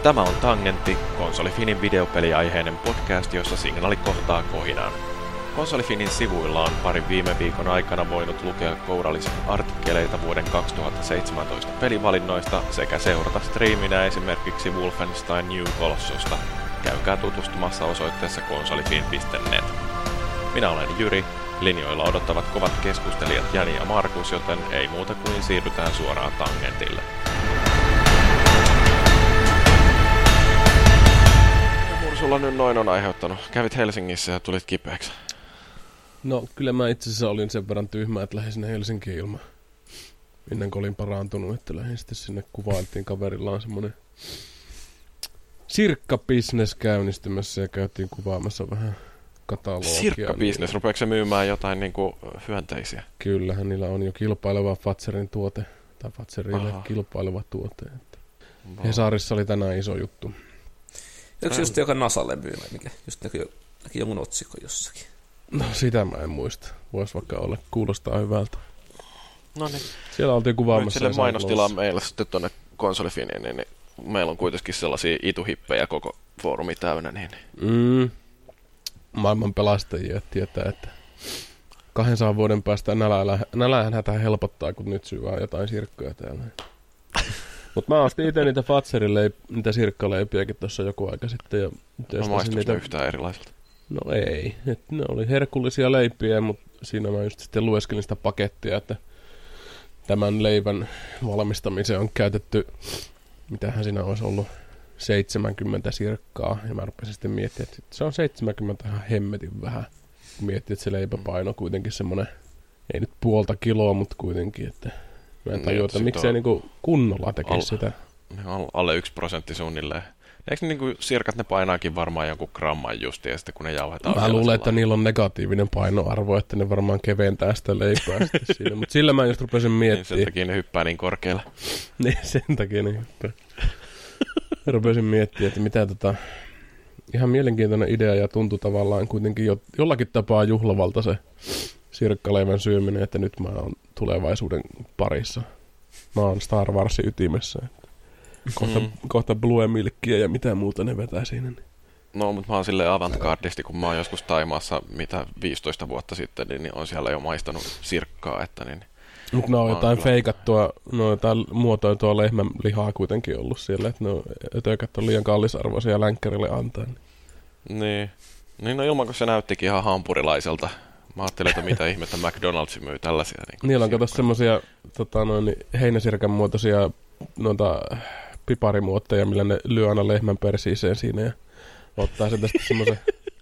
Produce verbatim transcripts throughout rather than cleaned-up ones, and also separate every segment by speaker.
Speaker 1: Tämä on Tangentti, Konsolifinin videopeliaiheinen podcast, jossa signaali kohtaa kohinaan. Konsolifinin sivuilla on parin viime viikon aikana voinut lukea kourallisia artikkeleita vuoden kaksituhattaseitsemäntoista pelivalinnoista sekä seurata striiminä esimerkiksi Wolfenstein New Colossusta. Käykää tutustumassa osoitteessa konsolifin piste net. Minä olen Jyri, linjoilla odottavat kovat keskustelijat Jani ja Markus, joten ei muuta kuin siirrytään suoraan Tangentille. Sulla nyt noin on aiheuttanut. Kävit Helsingissä ja tulit kipeäksi.
Speaker 2: No kyllä mä itse asiassa olin sen verran tyhmä, että lähdin sinne Helsinkiin ilman. Ennen kuin olin parantunut, että lähdin sitten sinne kuvailtiin. Kaverilla on semmoinen sirkka-business käynnistymässä ja käytiin kuvaamassa vähän katalogia.
Speaker 1: Sirkka-business? Rupeeko se myymään jotain niinku hyönteisiä?
Speaker 2: Kyllähän niillä on jo kilpaileva Fatserin tuote, tai Fatserille kilpaileva tuote. Wow. Hesarissa oli tänään iso juttu.
Speaker 3: Onko se just joka Nasalle myymä, mikä just näkyy, näkyy jonkun otsikon jossakin?
Speaker 2: No sitä mä en muista. Voisi vaikka olla. Kuulostaa hyvältä.
Speaker 1: No niin.
Speaker 2: Siellä oltiin kuvaamassa.
Speaker 1: Sille mainostilaa meillä sitten tuonne konsolifiniin, niin, niin meillä on kuitenkin sellaisia ituhippejä koko foorumi täynnä. Niin.
Speaker 2: Mm. Maailman pelastajia tietää, että kahdensadan vuoden päästä nälähän hätä helpottaa, kun nyt syy vaan jotain sirkkoja täällä. Mutta mä ostin itse niitä Fatserin leip- niitä sirkkaleipiäkin tuossa joku aika sitten. Ja
Speaker 1: no maistuiko niitä yhtään erilaiselta?
Speaker 2: No ei. Et ne oli herkullisia leipiä, mutta siinä mä just sitten lueskelin sitä pakettia, että tämän leivän valmistamiseen on käytetty, mitähän siinä olisi ollut, seitsemänkymmentä sirkkaa. Ja mä rupesin sitten miettimään, että se on seitsemänkymmentä ihan hemmetin vähän. Kun miettii, että se leipäpaino on kuitenkin semmoinen, ei nyt puolta kiloa, mutta kuitenkin, että mä en tajua, että miksei niinku kunnolla tekisi
Speaker 1: alle,
Speaker 2: sitä.
Speaker 1: Alle yksi prosentti suunnilleen. Eikö ne niinku sirkat, ne painaakin varmaan jonkun gramman justiin, ja sitten kun ne jauhetaan...
Speaker 2: Mä luulen, että niillä on negatiivinen painoarvo, että ne varmaan keventää sitä leipää sitten siinä. Mutta sillä mä just rupesin miettimään.
Speaker 1: Niin, sen takia ne hyppää niin korkealle.
Speaker 2: Niin, sen takia ne hyppää. Mä rupesin miettimään, että mitä tota... Ihan mielenkiintoinen idea ja tuntui tavallaan kuitenkin jo, jollakin tapaa juhlavalta se sirkkaleivän syöminen, että nyt mä oon tulevaisuuden parissa. Mä oon Star Warsin ytimessä. Kohta, mm. kohta Blue Milkkiä ja mitä muuta ne vetää siinä. Niin.
Speaker 1: No, mutta mä oon silleen avantgardisti, kun mä oon joskus Taimaassa mitä viisitoista vuotta sitten, niin on siellä jo maistanut sirkkaa. Että niin,
Speaker 2: mutta ne on jotain kyllä feikattua, no jotain muotoiltua lehmän lihaa kuitenkin ollut siellä, että ne ötökät on liian kallisarvoisia ja länkkärille antaa. Niin.
Speaker 1: Niin. Niin no ilman, kun se näyttikin ihan hampurilaiselta. Mä ajattelin, että mitä ihmettä McDonald's myy tällaisia. Niin
Speaker 2: niillä on kato semmosia tota, noin, heinäsirkan muotoisia noita piparimuotteja, millä ne lyö aina lehmän persiiseen siinä ja ottaa sen tästä semmoisen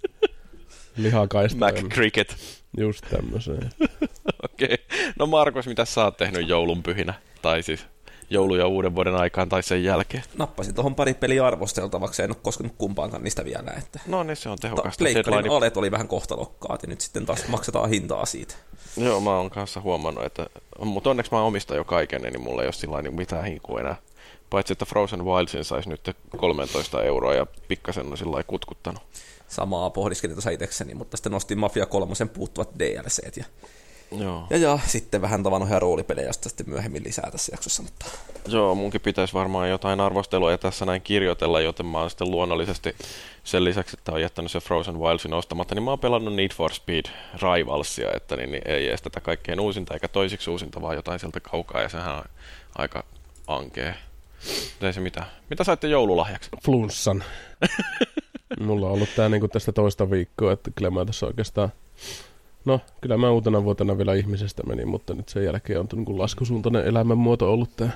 Speaker 2: lihakaistaan.
Speaker 1: McCricket.
Speaker 2: Just tämmöiseen.
Speaker 1: Okei. Okay. No Markus, mitä sä oot tehnyt joulunpyhinä? Tai siis joulu- ja uuden vuoden aikaan tai sen jälkeen?
Speaker 3: Nappasin tuohon pari peliä arvosteltavaksi, en ole koskenut kumpaankaan niistä vielä. Että
Speaker 1: no niin, se on tehokasta.
Speaker 3: Pleikkarin deadline alet oli vähän kohtalokkaat ja nyt sitten taas maksetaan hintaa siitä.
Speaker 1: Joo, mä oon kanssa huomannut, että... Mutta onneksi mä omistan jo kaiken, niin mulla ei ole sillä niin mitään hinkua enää. Paitsi, että Frozen Wildsin saisi nyt kolmetoista euroa ja pikkasen on sillä kutkuttanut.
Speaker 3: Samaa pohdiskelin tuossa itsekseni, mutta sitten nostin Mafia kolmosen puuttuvat D L C:t. Ja,
Speaker 1: joo.
Speaker 3: ja, ja sitten vähän tavanoja roolipelejä, josta sitten myöhemmin lisää tässä jaksossa. Mutta...
Speaker 1: Joo, munkin pitäisi varmaan jotain arvostelua tässä näin kirjoitella, joten mä oon sitten luonnollisesti sen lisäksi, että oon jättänyt se Frozen Wildsin ostamatta, niin mä oon pelannut Need for Speed Rivalsia, että niin, niin ei edes tätä kaikkein uusinta eikä toisiksi uusinta, vaan jotain sieltä kaukaa, ja sehän on aika ankea. Ei se mitään. Mitä saitte joululahjaksi?
Speaker 2: Flunssan. Mulla on ollut tää niinku tästä toista viikkoa, että kyllä mä tässä oikeastaan... No, kyllä mä uutena vuotena vielä ihmisestä menin, mutta nyt sen jälkeen on niin laskusuuntainen elämänmuoto ollut tää.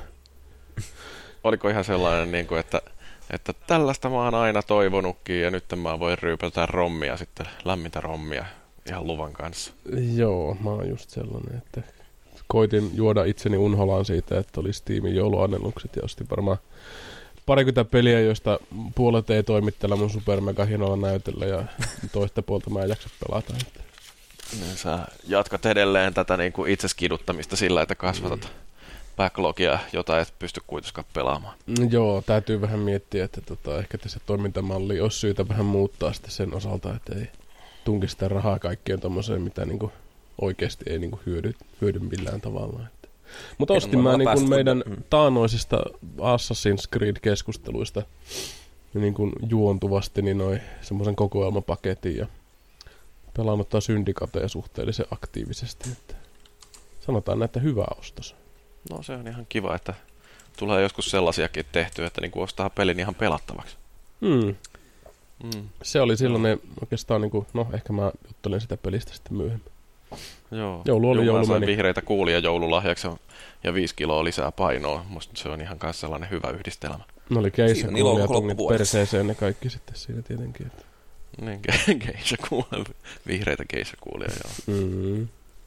Speaker 1: Oliko ihan sellainen, niin kuin, että, että tällaista mä oon aina toivonutkin ja nyt mä voin ryypätä rommia sitten, lämmintä rommia ihan luvan kanssa?
Speaker 2: Joo, mä oon just sellainen, että koitin juoda itseni unholaan siitä, että oli Steamin jouluannellukset ja ostin varmaan parikymmentä peliä, joista puolet ei toimi tällä mun super mega hienolla näytöllä ja toista puolta mä en jaksa pelata.
Speaker 1: Niin sä jatkat edelleen tätä niin kuin itseskiduttamista sillä, että kasvatat mm. backlogia, jota et pysty kuitenkaan pelaamaan.
Speaker 2: Joo, täytyy vähän miettiä, että tota, ehkä tässä toimintamalli olisi syytä vähän muuttaa sitten sen osalta, että ei tunki sitä rahaa kaikkeen tommoseen, mitä niin kuin oikeasti ei niin kuin hyödy, hyödy millään tavalla. Että Mutta ostin mä niin kuin meidän mm. taanoisista Assassin's Creed-keskusteluista niin kuin juontuvasti niin noin semmoisen kokoelmapaketin ja pelannut taas Syndicatea suhteellisen aktiivisesti. Että sanotaan, että hyvä ostos.
Speaker 1: No se on ihan kiva, että tulee joskus sellaisiakin tehtyä, että niin kuin ostaa pelin ihan pelattavaksi.
Speaker 2: Mm. Mm. Se oli silloin ne oikeastaan, niin kuin, no ehkä mä juttelen sitä pelistä sitten myöhemmin.
Speaker 1: Joo,
Speaker 2: joulu oli joulu meni.
Speaker 1: Vihreitä kuulia joululahjaksi ja viisi kiloa lisää painoa. Musta se on ihan kanssa sellainen hyvä yhdistelmä.
Speaker 2: No oli keissakuulia ja tungit perseeseen ne kaikki sitten siinä tietenkin. Että...
Speaker 1: Niin, ke- keissakuulia, vihreitä keissakuulia, joo.
Speaker 2: Mm.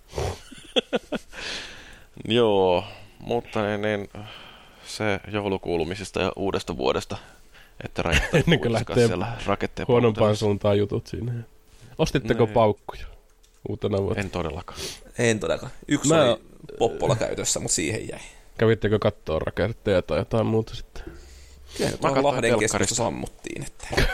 Speaker 1: Joo, mutta niin, niin, se joulukuulumisesta ja uudesta vuodesta, että rajoittaa
Speaker 2: ennen kuin lähtee huonompaan suuntaan jutut siinä. Ostitteko no, paukkuja uutena vuonna?
Speaker 1: En todellakaan.
Speaker 3: En todellakaan. Yksi Mä... oli poppola käytössä, mutta siihen jäi.
Speaker 2: Kävittekö katsoa raketteja tai jotain muuta sitten?
Speaker 3: Kyllä, tuolla Lahden keskusta sammuttiin. Että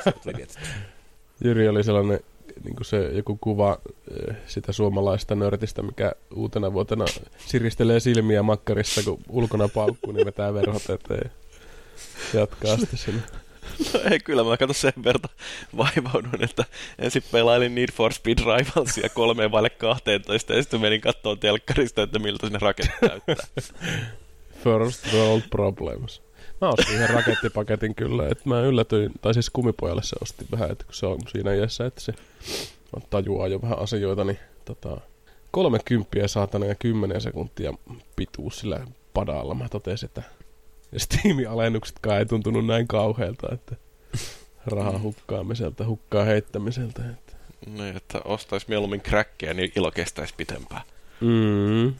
Speaker 2: Jyri oli sellainen, niin kuin se joku kuva sitä suomalaista nörtistä, mikä uutena vuotena siristelee silmiä makkarissa, kun ulkona paukkuu, niin vetää verhot eteen ja jatkaa sitten sinne.
Speaker 1: No ei, kyllä mä katson sen verta vaivaudun, että ensin pelailin Need for Speed Rivalsia kolmeen vaille kahteentoista ja sitten menin katsomaan telkkarista, että miltä sinne raketti näyttää.
Speaker 2: First world problems. Mä ostin ihan rakettipaketin kyllä, että mä yllätyin, tai siis kumipojalle se ostin vähän, että kun se on siinä iässä, että se tajuaa jo vähän asioita, niin tota, kolme kymppiä saatana ja kymmenen sekuntia pituus sillä padalla. Mä totesin, että Steam-alennuksetkaan ei tuntunut näin kauhealta, että rahaa hukkaamiselta, hukkaa heittämiseltä. Että.
Speaker 1: Niin, että ostaisi mieluummin crackia, niin ilo kestäisi pitempään.
Speaker 2: Mm.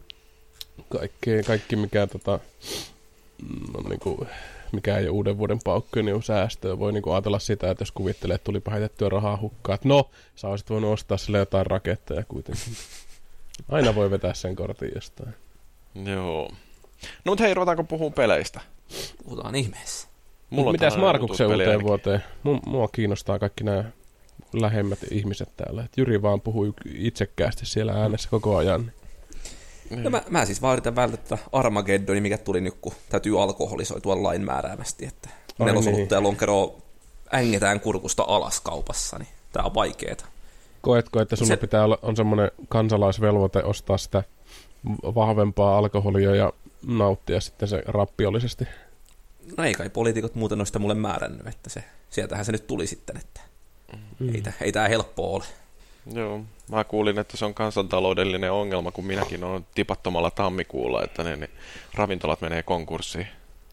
Speaker 2: Kaikki, kaikki mikä, tota, no, niin kuin, mikä ei ole uuden vuoden paukkoja, niin on säästöä. Voi niin kuin ajatella sitä, että jos kuvittelee, että tulipa heitettyä rahaa hukkaa, että no, sä olisit voinut ostaa sille jotain raketteja kuitenkin. Aina voi vetää sen kortin jostain.
Speaker 1: Joo. No mutta hei, ruvetaanko puhua peleistä?
Speaker 3: Puhutaan ihmeessä.
Speaker 2: Mitäs Markuksen uuteen vuoteen? Mua kiinnostaa kaikki nämä lähemmät ihmiset täällä. Et Jyri vaan puhuu itsekkäästi siellä äänessä koko ajan.
Speaker 3: No mä, mä siis vaan yritän välttää Armageddoni, mikä tuli nyt, kun täytyy alkoholisoitua lain määräävästi. Että nelosolutta ja lonkeroa ängetään kurkusta alas kaupassa, niin tää on vaikeeta.
Speaker 2: Koetko, että sulla se... pitää olla on semmoinen kansalaisvelvoite ostaa sitä vahvempaa alkoholia ja nauttia sitten se rappiollisesti?
Speaker 3: No ei kai poliitikot muuten ole sitä mulle määrännyt, että se, sieltähän se nyt tuli sitten, että mm. ei, ei tää helppoa ole.
Speaker 1: Joo, mä kuulin, että se on kansantaloudellinen ongelma, kun minäkin olen tipattomalla tammikuulla, että ne, ne ravintolat menee konkurssiin.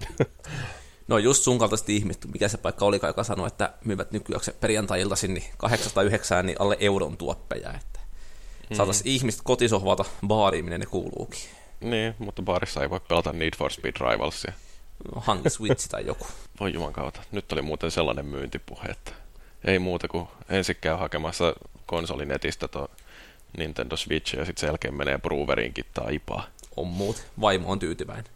Speaker 3: No just sun kaltaiset ihmiset, mikä se paikka olikaan, joka sanoi, että myyvät nykyään perjantai-iltaisin niin kahdeksasta yhdeksään niin alle euron tuoppeja, että mm. saataisiin ihmiset kotisohvata baariin, minne ne kuuluukin.
Speaker 1: Niin, mutta baarissa ei voi pelata Need for Speed Rivalsia.
Speaker 3: Hanki Switch tai joku.
Speaker 1: Voi juman kautta. Nyt oli muuten sellainen myyntipuhe, että ei muuta kuin ensin käy hakemassa konsolinetistä tuo Nintendo Switch ja sitten sen jälkeen menee Breweriin kittaa ipaa.
Speaker 3: On muut. Vaimo on tyytyväinen.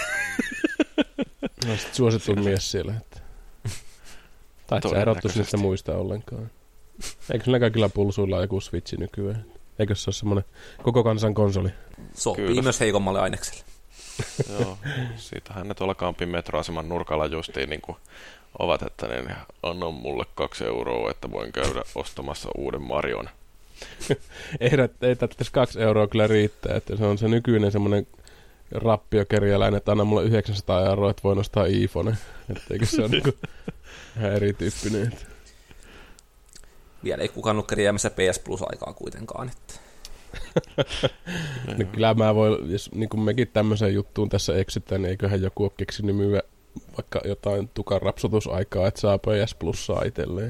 Speaker 2: No sit suosittu mies siellä. Että... Tai et sä erottuisi niistä muista ollenkaan. Eikö sillä kaikilla pulsuilla joku Switchi nykyään? Eikö se ole semmoinen koko kansan konsoli?
Speaker 3: Sopii Kyllä. myös heikommalle ainekselle.
Speaker 1: Joo, siitähän ne tuolla Kampin metroaseman nurkalla justiin niin kuin ovat, että ne anna mulle kaksi euroa, että voin käydä ostamassa uuden Marion.
Speaker 2: ei, ei tarvitse kaksi euroa kyllä riittää, että se on se nykyinen semmoinen rappiokerjäläinen, että anna mulle yhdeksänsataa euroa, että voin ostaa iPhone. Että eikö se ole niin kuin ihan erityyppinen.
Speaker 3: Vielä ei kukaan ole kerjäämässä P S Plus-aikaa kuitenkaan. Että.
Speaker 2: No, kyllä mä voin, jos niin kuin mekin tämmöiseen juttuun tässä eksytään, niin eiköhän joku ole keksinyt myyä vaikka jotain tukan rapsutusaikaa, että saa P S Plusaa itselleen.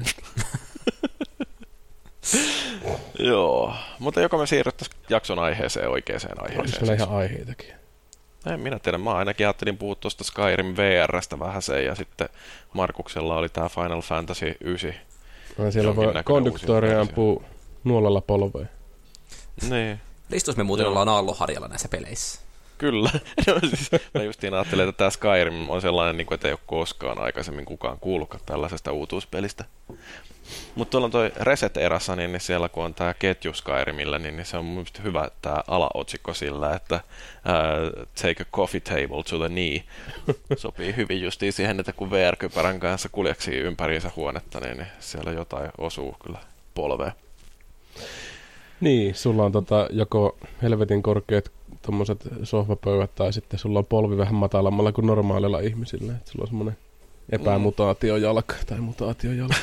Speaker 1: Joo, mutta joko me siirryttäisiin jakson aiheeseen oikeaan aiheeseen?
Speaker 2: Olisi meillä ihan aiheitakin.
Speaker 1: En minä tiedä, mä ainakin ajattelin puhua tuosta Skyrim V R:stä vähän sen, ja sitten Markuksella oli tää Final Fantasy yhdeksän.
Speaker 2: No, siellä voi konduktoria ampuu nuolella polveen.
Speaker 1: Niin.
Speaker 3: Listos me muuten Joo. ollaan aallonharjalla näissä peleissä.
Speaker 1: Kyllä. No, siis, mä justiin ajattelin, että tämä Skyrim on sellainen, että ei ole koskaan aikaisemmin kukaan kuullutkaan tällaisesta uutuuspelistä. Mutta tuolla on toi Reset-erässä, niin siellä kun on tämä ketju Skyrimillä, niin se on mielestäni hyvä tämä alaotsikko sillä, että uh, take a coffee table to the knee. Sopii hyvin justiin siihen, että kun V R-kypärän kanssa kuljeksii ympäriinsä huonetta, niin siellä jotain osuu kyllä polveen.
Speaker 2: Niin, sulla on tota, joko helvetin korkeat tommoset sohvapöydät tai sitten sulla on polvi vähän matalammalla kuin normaalilla ihmisillä. Et sulla on semmoinen epämutaatiojalka tai mutaatiojalka.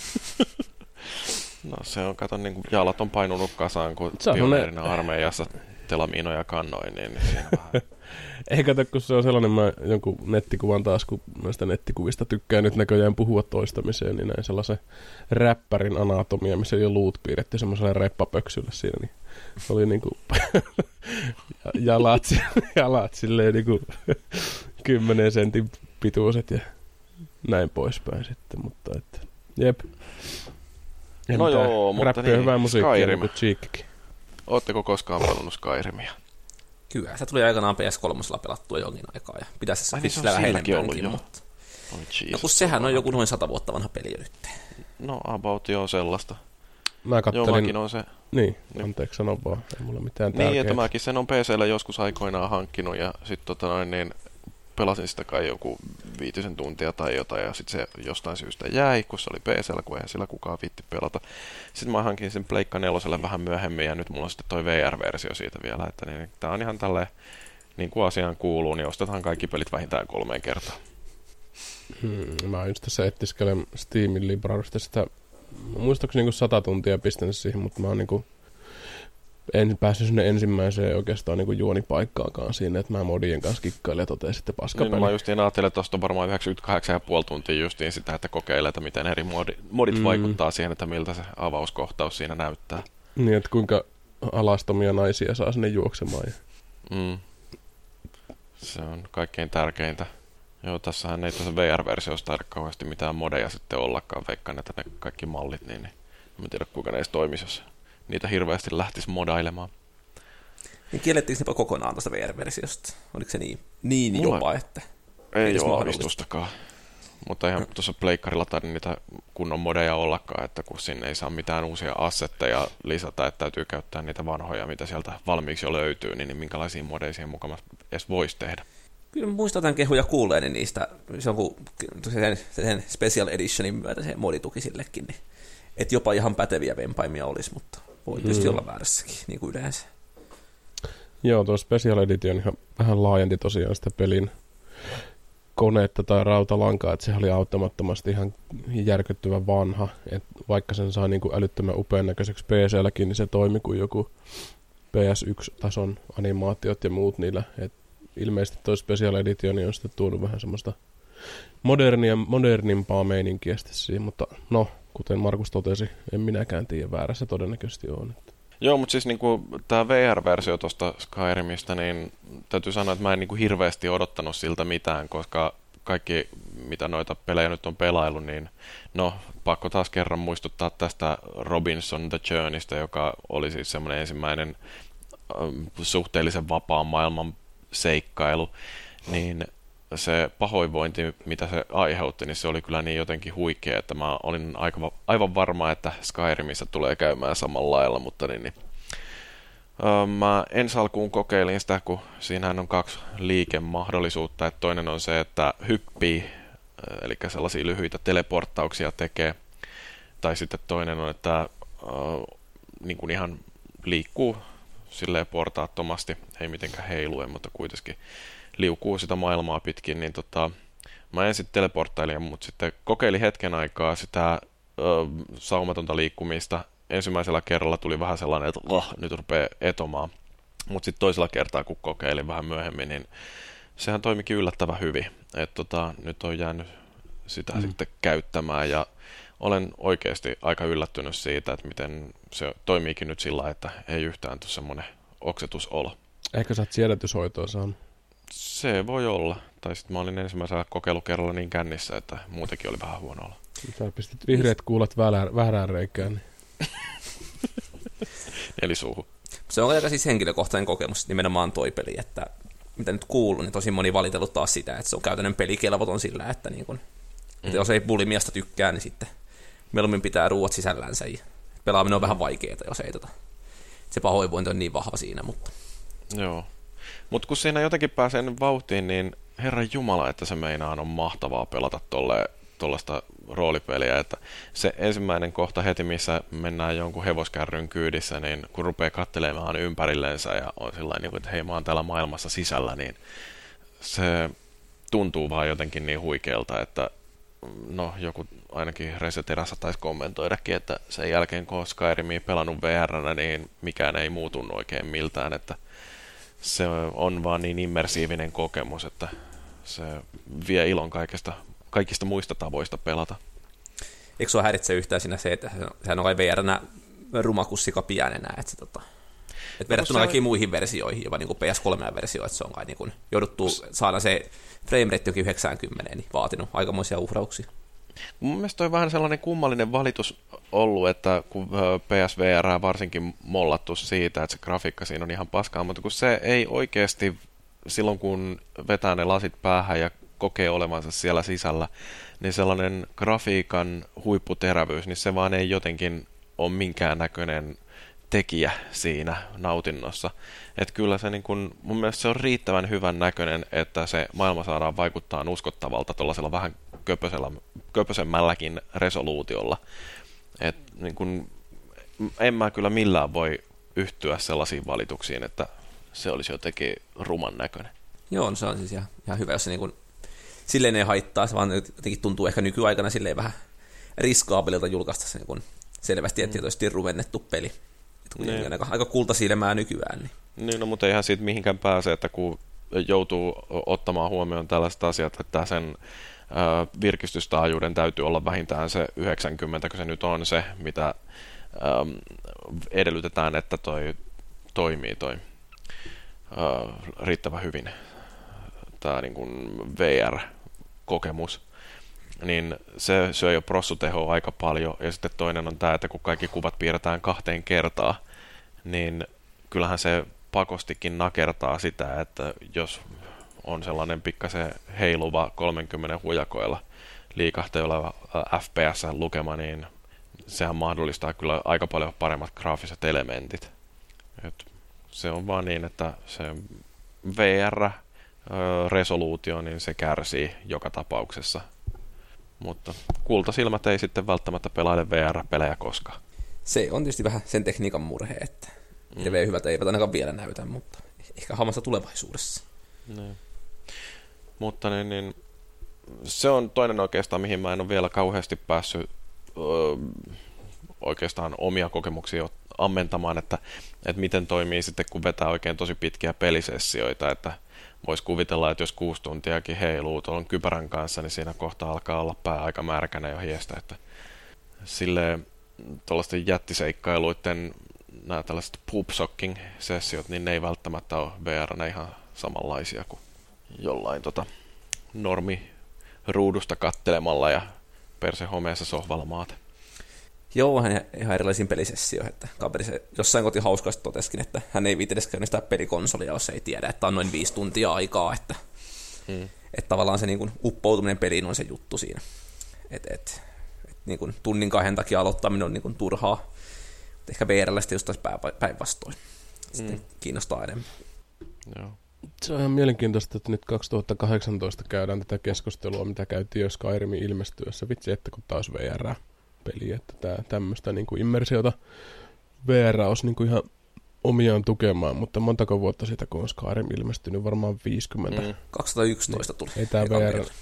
Speaker 1: No se on, kato, niin kuin jalat on painunut kasaan, kun pioneerina armeijassa telamiinoja kannoin, niin siinä vähän...
Speaker 2: Ei kato, kun se on sellainen, mä jonkun nettikuvan taas, kun näistä nettikuvista tykkää nyt näköjään puhua toistamiseen, niin näin sellaisen räppärin anatomia, missä oli jo luut piirretty semmoiselle reppapöksylle siinä, niin se oli niinku jalat, jalat silleen niinku kymmenen sentin pituiset ja näin poispäin sitten, mutta että jep. Ja
Speaker 1: no joo, mutta
Speaker 2: räppi
Speaker 1: niin,
Speaker 2: on hyvää musiikkia,
Speaker 1: Skyrim.
Speaker 2: niin kuin Cheekkikin.
Speaker 1: Ootteko koskaan pelannut Skyrimia?
Speaker 3: Kyllä, se tuli aikanaan P S kolme pelattua jonkin aikaa, ja pitäisi se sillä vähän enemmänkin, mutta...
Speaker 1: Oh,
Speaker 3: no kun sehän on joku noin sata vuotta vanha peli nyt.
Speaker 1: No about joo sellaista.
Speaker 2: Mä kattelin...
Speaker 1: Joo, mäkin on se...
Speaker 2: Niin, anteeksi sano vaan, ei mulla mitään tärkeää.
Speaker 1: Niin, että mäkin sen on P C:llä joskus aikoinaan hankkinut, ja sitten tota noin, niin pelasin sitä kai joku viitisen tuntia tai jotain, ja sitten se jostain syystä jäi, kun se oli P C:llä, kun eihän sillä kukaan viitti pelata. Sitten mä hankin sen Pleikka neloselle vähän myöhemmin, ja nyt mulla on sitten toi V R-versio siitä vielä, että niin, tää on ihan tälleen, niin kuin asiaan kuuluu, niin ostetaan kaikki pelit vähintään kolmeen kertaan.
Speaker 2: Hmm, mä just tässä etsiskelen Steamin librarista sitä, muistaakseni niin sata tuntia pistänyt siihen, mutta mä oon niinku en päässyt sinne ensimmäiseen oikeastaan niin juonipaikkaakaan siinä, että mä modien kanssa kikkailin ja totesin sitten paskapeli.
Speaker 1: Niin, mä justiin ajattelin, että tuosta on varmaan yhdeksänkymmentäkahdeksan pilkku viisi tuntia justiin sitä, että kokeilee, että miten eri modit, modit mm. vaikuttaa siihen, että miltä se avauskohtaus siinä näyttää.
Speaker 2: Niin, että kuinka alastomia naisia saa sinne juoksemaan. Ja...
Speaker 1: Mm. Se on kaikkein tärkeintä. Joo, tässähän ei tässä V R-versiossa taida kauheasti mitään modeja sitten ollakaan, veikkaan, että ne kaikki mallit, niin, niin en tiedä kuinka ne edes toimisi, jos niitä hirveästi lähtisi modailemaan.
Speaker 3: Niin kiellettiinkö nepa kokonaan tuosta V R-versiosta? Oliko se niin, niin
Speaker 1: Mulla
Speaker 3: jopa, että...
Speaker 1: Ei ole aavistustakaan. Mutta ihan tuossa pleikkarilla taida niitä kunnon modeja ollakaan, että kun sinne ei saa mitään uusia assetteja lisätä, että täytyy käyttää niitä vanhoja, mitä sieltä valmiiksi jo löytyy, niin, niin minkälaisia modeja siihen mukaan edes voisi tehdä.
Speaker 3: Kyllä muistan tämän kehuja kuulleeni niistä, se on kun sen, sen Special Editionin myötä se modituki sillekin, niin että jopa ihan päteviä vempaimia olisi, mutta voi tietysti mm. olla väärässäkin, niin kuin yleensä.
Speaker 2: Joo, tuo Special Edition ihan vähän laajenti tosiaan sitä pelin koneetta tai rautalankaa, että se oli auttamattomasti ihan järkyttävän vanha, että vaikka sen saa niin kuin älyttömän upean näköiseksi P C:lläkin, niin se toimi kuin joku P S yksi-tason animaatiot ja muut niillä, että ilmeisesti tuo Special Edition on sitten tuonut vähän semmoista modernia, modernimpaa meininkiä sitten siihen, mutta no, kuten Markus totesi, en minäkään tiedä, väärässä todennäköisesti on.
Speaker 1: Joo, mutta siis niinku, tämä V R-versio tuosta Skyrimistä, niin täytyy sanoa, että mä en niinku hirveästi odottanut siltä mitään, koska kaikki, mitä noita pelejä nyt on pelailu, niin no, pakko taas kerran muistuttaa tästä Robinson The Journeystä, joka oli siis semmoinen ensimmäinen äh, suhteellisen vapaan maailman seikkailu, niin se pahoinvointi, mitä se aiheutti, niin se oli kyllä niin jotenkin huikea, että mä olin aika, aivan varma, että Skyrimissä tulee käymään samalla lailla, mutta niin, niin. Öö, mä ensi alkuun kokeilin sitä, kun siinähän on kaksi liikemahdollisuutta, että toinen on se, että hyppii, eli sellaisia lyhyitä teleporttauksia tekee, tai sitten toinen on, että öö, niin kuin ihan liikkuu silleen portaattomasti, ei mitenkään heiluen, mutta kuitenkin liukuu sitä maailmaa pitkin, niin tota, mä ensin teleporttailin, mutta sitten kokeilin hetken aikaa sitä ö, saumatonta liikkumista. Ensimmäisellä kerralla tuli vähän sellainen, että oh, nyt rupeaa etomaan, mutta sitten toisella kertaa, kun kokeilin vähän myöhemmin, niin sehän toimikin yllättävän hyvin. Et tota, nyt on jäänyt sitä mm. sitten käyttämään, ja olen oikeasti aika yllättynyt siitä, että miten se toimiikin nyt sillä, että ei yhtään tule semmoinen oksetusolo.
Speaker 2: Ehkä sä oot siedätyshoitoa saanut.
Speaker 1: Se voi olla. Tai sitten mä olin ensimmäisellä kokeilukerralla niin kännissä, että muutenkin oli vähän huono olla.
Speaker 2: Sä pistit vihreät kuulet väärään reikään. Niin.
Speaker 1: Eli suuhun. Se
Speaker 3: on aika siis henkilökohtainen kokemus nimenomaan toi peli, että mitä nyt kuuluu, niin tosi moni valitellut taas sitä, että se on käytännön pelikelvoton sillä, että, niin kun, mm. että jos ei bulimiasta tykkää, niin sitten mieluummin pitää ruuat sisällänsä. Ja pelaaminen on vähän vaikeaa, jos ei tota. Se pahoinvointi on niin vahva siinä, mutta...
Speaker 1: Joo. Mutta kun siinä jotenkin pääsee nyt vauhtiin, niin herran jumala, että se meinaan on mahtavaa pelata tolle, tollaista roolipeliä. Että se ensimmäinen kohta heti, missä mennään jonkun hevoskärryn kyydissä, niin kun rupeaa katselemaan ympärillensä ja on sellainen, että hei, mä oon täällä maailmassa sisällä, niin se tuntuu vaan jotenkin niin huikealta, että no joku ainakin Reseterassa taisi kommentoidakin, että sen jälkeen kun on Skyrimia pelannut V R:nä, niin mikään ei muutunut oikein miltään, että se on vaan niin immersiivinen kokemus, että se vie ilon kaikista, kaikista muista tavoista pelata.
Speaker 3: Eikö sua häiritse yhtään siinä se, että sehän on kai V R:nä rumakussika pienenä, että se tota... Et verrattuna no, kaikkiin muihin versioihin, jopa niin kuin P S kolme-versio, että se on kai niin kuin jouduttu saada se framerate jokin yhdeksänkymmentä, niin vaatinut aikamoisia uhrauksia.
Speaker 1: Mun mielestä toi vähän sellainen kummallinen valitus ollut, että kun P S V R varsinkin mollattu siitä, että se grafiikka siinä on ihan paskaa, mutta kun se ei oikeasti silloin, kun vetää ne lasit päähän ja kokee olevansa siellä sisällä, niin sellainen grafiikan huipputerävyys, niin se vaan ei jotenkin ole minkään näköinen tekijä siinä nautinnossa. Että kyllä se niin kun, mun mielestä se on riittävän hyvän näköinen, että se maailma saadaan vaikuttaa uskottavalta tuollaisella vähän köpösellä, köpösemmälläkin resoluutiolla. Et niin kun, en mä kyllä millään voi yhtyä sellaisiin valituksiin, että se olisi jotenkin ruman näköinen.
Speaker 3: Joo, se on siis ihan, ihan hyvä, jos se niin kun, silleen ei haittaa, se vaan jotenkin tuntuu ehkä nykyaikana silleen vähän riskaabililta julkaista se niin kun selvästi, että tietysti rumennettu peli. Niin. Aika, aika kultasilmää nykyään. Niin.
Speaker 1: niin, no mutta eihän siitä mihinkään pääse, että kun joutuu ottamaan huomioon tällaiset asiat, että sen äh, virkistystaajuuden täytyy olla vähintään se yhdeksänkymmentä, kun se nyt on se, mitä ähm, edellytetään, että toi toimii toi äh, riittävän hyvin tämä niin kuin V R-kokemus. Niin se syö jo prossutehoa aika paljon. Ja sitten toinen on tämä, että kun kaikki kuvat piirretään kahteen kertaan, niin kyllähän se pakostikin nakertaa sitä, että jos on sellainen pikkasen heiluva kolmenkymmenen hujakoilla liikahteleva F P S-lukema, niin sehän mahdollistaa kyllä aika paljon paremmat graafiset elementit. Et se on vaan niin, että se V R-resoluutio, niin se kärsii joka tapauksessa. Mutta kultasilmät ei sitten välttämättä pelaile V R-pelejä koskaan.
Speaker 3: Se on tietysti vähän sen tekniikan murhe, että mm. hirveän hyvät eivät ainakaan vielä näytä, mutta ehkä hammassa tulevaisuudessa.
Speaker 1: Ne. Mutta niin, niin, se on toinen oikeastaan, mihin mä en ole vielä kauheasti päässyt öö, oikeastaan omia kokemuksia ammentamaan, että, että miten toimii sitten, kun vetää oikein tosi pitkiä pelisessioita, että voisi kuvitella, että jos kuusi tuntiakin heiluu tuolla kypärän kanssa, niin siinä kohtaa alkaa olla pää aika märkänä jo hiestä, että silleen tuollaisten jättiseikkailuiden nämä tällaiset poop-socking-sessiot, niin ne ei välttämättä ole V R-nä ihan samanlaisia kuin jollain tota normi ruudusta kattelemalla ja perse homeessa sohvalla maata.
Speaker 3: Joo, hän ihan erilaisiin pelisessioihin, että kaveri se jossain koti hauskasti toteskin, että hän ei viitsi edes käynnistää pelikonsolia, jos ei tiedä, että on noin viisi tuntia aikaa, että, hmm. että tavallaan se niin kuin uppoutuminen peliin on se juttu siinä. Että et, et, niin kuin tunnin kahden takia aloittaminen on niin kuin turhaa. Ehkä V R:llä sitten just päinvastoin. Sitten hmm. kiinnostaa enemmän.
Speaker 2: Joo. Se on ihan mielenkiintoista, että nyt kaksituhattakahdeksantoista käydään tätä keskustelua, mitä käytiin jo Skyrimin ilmestyessä. Vitsi, että kun taas V R-peli, että tää tämmöistä niinku immersiota V R olisi niinku ihan omiaan tukemaan, mutta montako vuotta siitä, kun on Skyrim ilmestynyt, varmaan viisikymmentä. Mm.
Speaker 3: kaksituhattayksitoista tuli.
Speaker 2: Ei tää V R...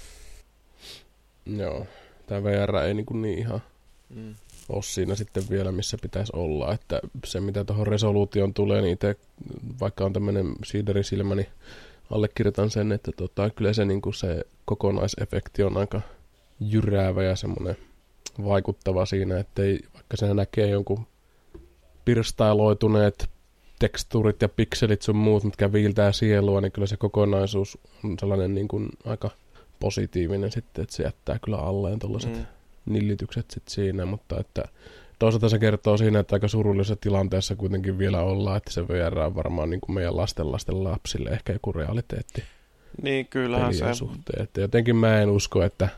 Speaker 2: Joo, tää V R ei niinku niin ihan mm. ole siinä sitten vielä, missä pitäisi olla, että se mitä tuohon resoluutioon tulee, niin itse, vaikka on tämmöinen siiderisilmä, niin allekirjoitan sen, että tota, kyllä se, niin kuin se kokonaisefekti on aika jyräävä ja semmoinen vaikuttava siinä, ettei, vaikka se näkee jonkun pirstailoituneet tekstuurit ja pikselit sun muut, mitkä viiltää sielua, niin kyllä se kokonaisuus on sellainen niin kuin aika positiivinen sitten, että se jättää kyllä alleen tuollaiset mm. nillitykset sitten siinä, mutta että toisaalta se kertoo siinä, että aika surullisessa tilanteessa kuitenkin vielä ollaan, että se V R on varmaan niin kuin meidän lasten lasten lapsille ehkä joku realiteetti.
Speaker 1: Niin, kyllähän se.
Speaker 2: Suhteen. Että jotenkin mä en usko, että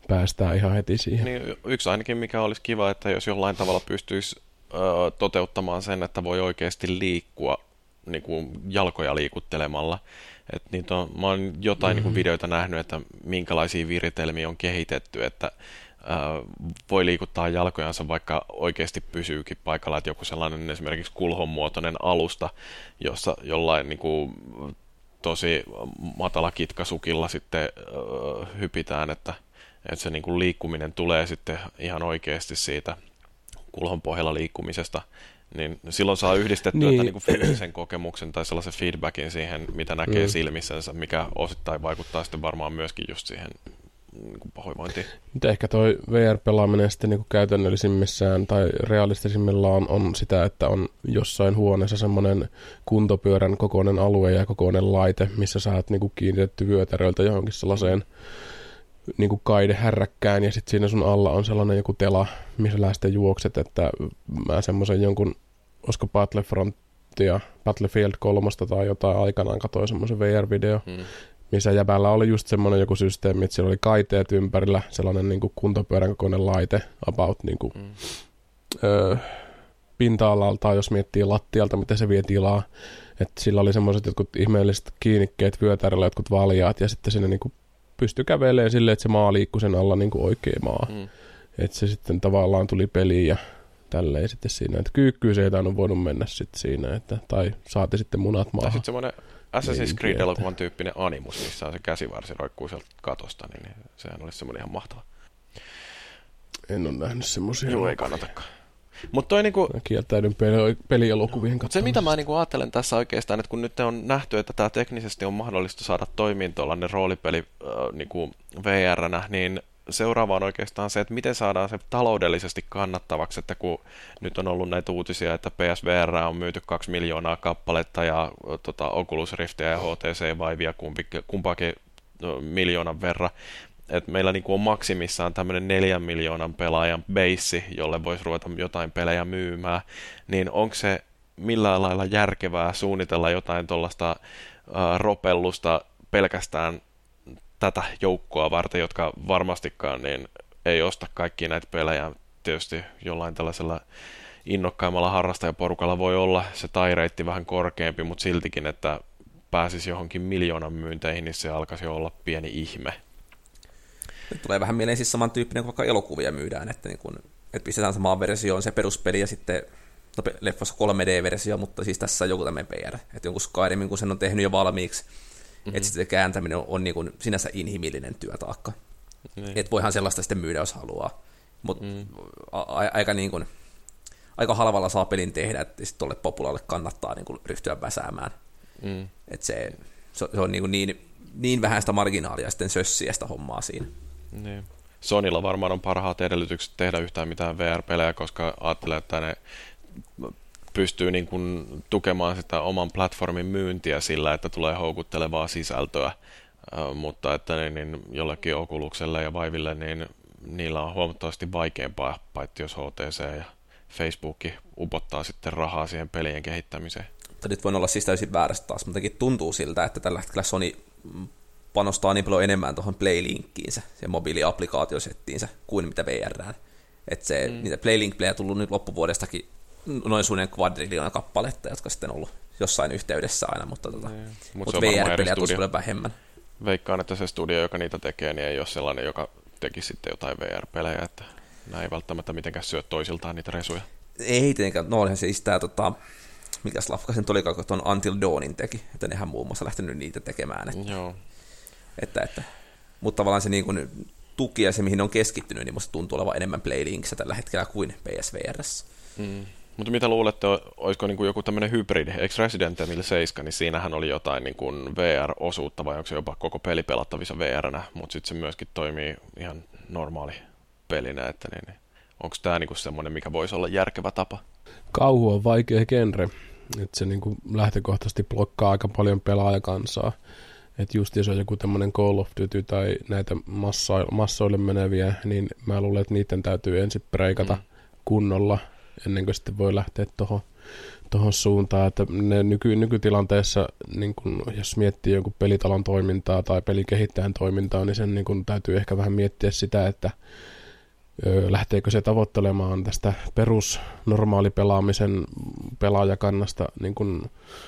Speaker 2: päästään ihan heti siihen.
Speaker 1: Niin, yksi ainakin mikä olisi kiva, että jos jollain tavalla pystyisi ö, toteuttamaan sen, että voi oikeasti liikkua niin kuin jalkoja liikuttelemalla. Et niitä on, mä oon jotain mm-hmm. niin kuin videoita nähnyt, että minkälaisia viritelmiä on kehitetty, että ö, voi liikuttaa jalkojansa, vaikka oikeasti pysyykin paikalla, että joku sellainen esimerkiksi kulhon muotoinen alusta, jossa jollain niin kuin tosi matala kitkasukilla sitten ö, hypitään, että että se niin kuin liikkuminen tulee sitten ihan oikeasti siitä kulhon pohjalla liikkumisesta, niin silloin saa yhdistettyä niin. Tämän niin kuin fyysisen kokemuksen tai sellaisen feedbackin siihen, mitä näkee mm. silmissänsä, mikä osittain vaikuttaa sitten varmaan myöskin just siihen niin kuin pahoinvointiin.
Speaker 2: Mutta ehkä toi V R-pelaaminen sitten niin kuin käytännöllisimmissään tai realistisimmillaan on sitä, että on jossain huoneessa semmoinen kuntopyörän kokoinen alue ja kokoinen laite, missä sä oot niin kuin kiinnitetty vyötäröiltä johonkin sellaiseen niin kuin kaidehärräkkään, ja sitten siinä sun alla on sellainen joku tela, missä sitten juokset, että mä semmoisen jonkun, olisiko Battlefrontia, Battlefield kolmosta tai jotain aikanaan katsoin semmoisen V R-video, hmm. missä jäbällä oli just semmoinen joku systeemi, että siellä oli kaiteet ympärillä, sellainen niin kuin kuntopyörän kokoinen laite, about niin kuin, hmm. öö, pinta-alalta, jos miettii lattialta, miten se vie tilaa, että sillä oli semmoiset jotkut ihmeelliset kiinnikkeet vyötärillä, jotkut valjaat, ja sitten siinä niin kuin pystyi kävelemään silleen, että se maa liikkui sen alla niin kuin oikea maa. Mm. Että se sitten tavallaan tuli peliin ja tälleen sitten siinä. Että kyykkyyn se ei tainnut voinut mennä sitten siinä, että, tai saati sitten munat maahan.
Speaker 1: Tai sitten semmoinen Assassin's Creed-elokuvan tyyppinen animus, missä on se käsivarsi roikkuu sieltä katosta, niin, niin sehän olisi semmoinen ihan mahtava.
Speaker 2: En ole nähnyt semmoisia.
Speaker 1: Joo, ei kannatakaan. Mut toi niinku,
Speaker 2: mä kieltäydyn peli- pelielokuvien katsomista.
Speaker 1: Se mitä mä niinku ajattelen tässä oikeastaan, että kun nyt on nähty, että tämä teknisesti on mahdollista saada toimiin tuollainen roolipeli äh, niinku V R-nä, niin seuraava on oikeastaan se, että miten saadaan se taloudellisesti kannattavaksi, että kun nyt on ollut näitä uutisia, että P S V R on myyty kaksi miljoonaa kappaletta ja tota, Oculus Riftiä ja H T C Vivea kumpaakin no, miljoonan verran, että meillä niinku on maksimissaan tämmöinen neljän miljoonan pelaajan base, jolle voisi ruveta jotain pelejä myymään, niin onko se millään lailla järkevää suunnitella jotain tuollaista äh, ropellusta pelkästään tätä joukkoa varten, jotka varmastikaan niin ei osta kaikkia näitä pelejä. Tietysti jollain tällaisella innokkaimmalla harrastajaporukalla voi olla se taireitti vähän korkeampi, mutta siltikin, että pääsisi johonkin miljoonan myynteihin, niin se alkaisi olla pieni ihme.
Speaker 3: Nyt tulee vähän mieleen siis samantyyppinen, kun vaikka elokuvia myydään, että, niin kun, että pistetään samaan versioon se peruspeli ja sitten no, leffassa kolme D-versio, mutta siis tässä on joku tämmöinen P R, että jonkun Skyrimin, kun sen on tehnyt jo valmiiksi, mm-hmm. että sitten kääntäminen on, on niin kuin sinänsä inhimillinen työtaakka. Mm-hmm. Että voihan sellaista sitten myydä, jos haluaa, mutta mm-hmm. aika, niin kuin, aika halvalla saa pelin tehdä, että sitten tuolle populalle kannattaa niin kuin ryhtyä väsäämään. Mm-hmm. Että se, se on niin, kuin niin, niin vähän sitä marginaalia sitten sössiä sitä hommaa siinä.
Speaker 1: Niin. Sonylla varmaan on parhaat edellytykset tehdä yhtään mitään V R-pelejä, koska ajattelee, että ne pystyy niin kuin tukemaan sitä oman platformin myyntiä sillä, että tulee houkuttelevaa sisältöä, äh, mutta että niin, niin jollekin Oculukselle ja Vivelle niin niillä on huomattavasti vaikeampaa, paitsi jos H T C ja Facebook upottaa sitten rahaa siihen pelien kehittämiseen.
Speaker 3: Mutta nyt voin olla siis täysin väärästä taas, mutta tuntuu siltä, että tällä hetkellä Sony panostaa niin paljon enemmän tuohon Playlink-kiinsä, se mobiili-applikaatiosettiinsä, kuin mitä V R:ään. Että se, mm. niitä Playlink-pelejä tullut nyt loppuvuodestakin noin suunnilleen kvadriljoona kappaletta, jotka sitten on ollut jossain yhteydessä aina, mutta, tota, mm. mutta
Speaker 1: Mut
Speaker 3: V R-pelejä tosi paljon vähemmän.
Speaker 1: Veikkaan, että se studio, joka niitä tekee, niin ei ole sellainen, joka teki sitten jotain V R-pelejä, että nämä ei välttämättä mitenkään syö toisiltaan niitä resuja.
Speaker 3: Ei tietenkään, no olihan se istää, tota, mikäs lafka sen tulikaan, kun tuon Until Dawnin teki, että nehän muun muassa lähtenyt niitä tekemään. Että,
Speaker 1: Joo.
Speaker 3: Että, että, mutta tavallaan se niin kuin tuki ja se, mihin ne on keskittynyt, niin musta tuntuu olevan enemmän Playlinkissä tällä hetkellä kuin P S V R:ssä.
Speaker 1: Mm. Mutta mitä luulette, olisiko niin kuin joku tämmöinen hybridi? Eikö Resident Evil seitsemän, niin siinähän oli jotain niin kuin V R-osuutta, vai onko se jopa koko peli pelattavissa V R-nä, mutta sitten se myöskin toimii ihan normaali pelinä, että niin, niin. Onko tämä niin kuin semmoinen, mikä voisi olla järkevä tapa?
Speaker 2: Kauhu on vaikea genre, että se niin kuin lähtökohtaisesti blokkaa aika paljon pelaajakansaa. Että just jos on joku tämmöinen Call of Duty tai näitä massa- massoille meneviä, niin mä luulen, että niiden täytyy ensin breikata mm. kunnolla, ennen kuin sitten voi lähteä tuohon tuohon suuntaan, että ne nyky, nykytilanteessa, niin kun, jos miettii jonkun pelitalon toimintaa tai pelikehittäjän toimintaa, niin sen niin kun, täytyy ehkä vähän miettiä sitä, että ö, lähteekö se tavoittelemaan tästä perusnormaalipelaamisen pelaajakannasta niin kun,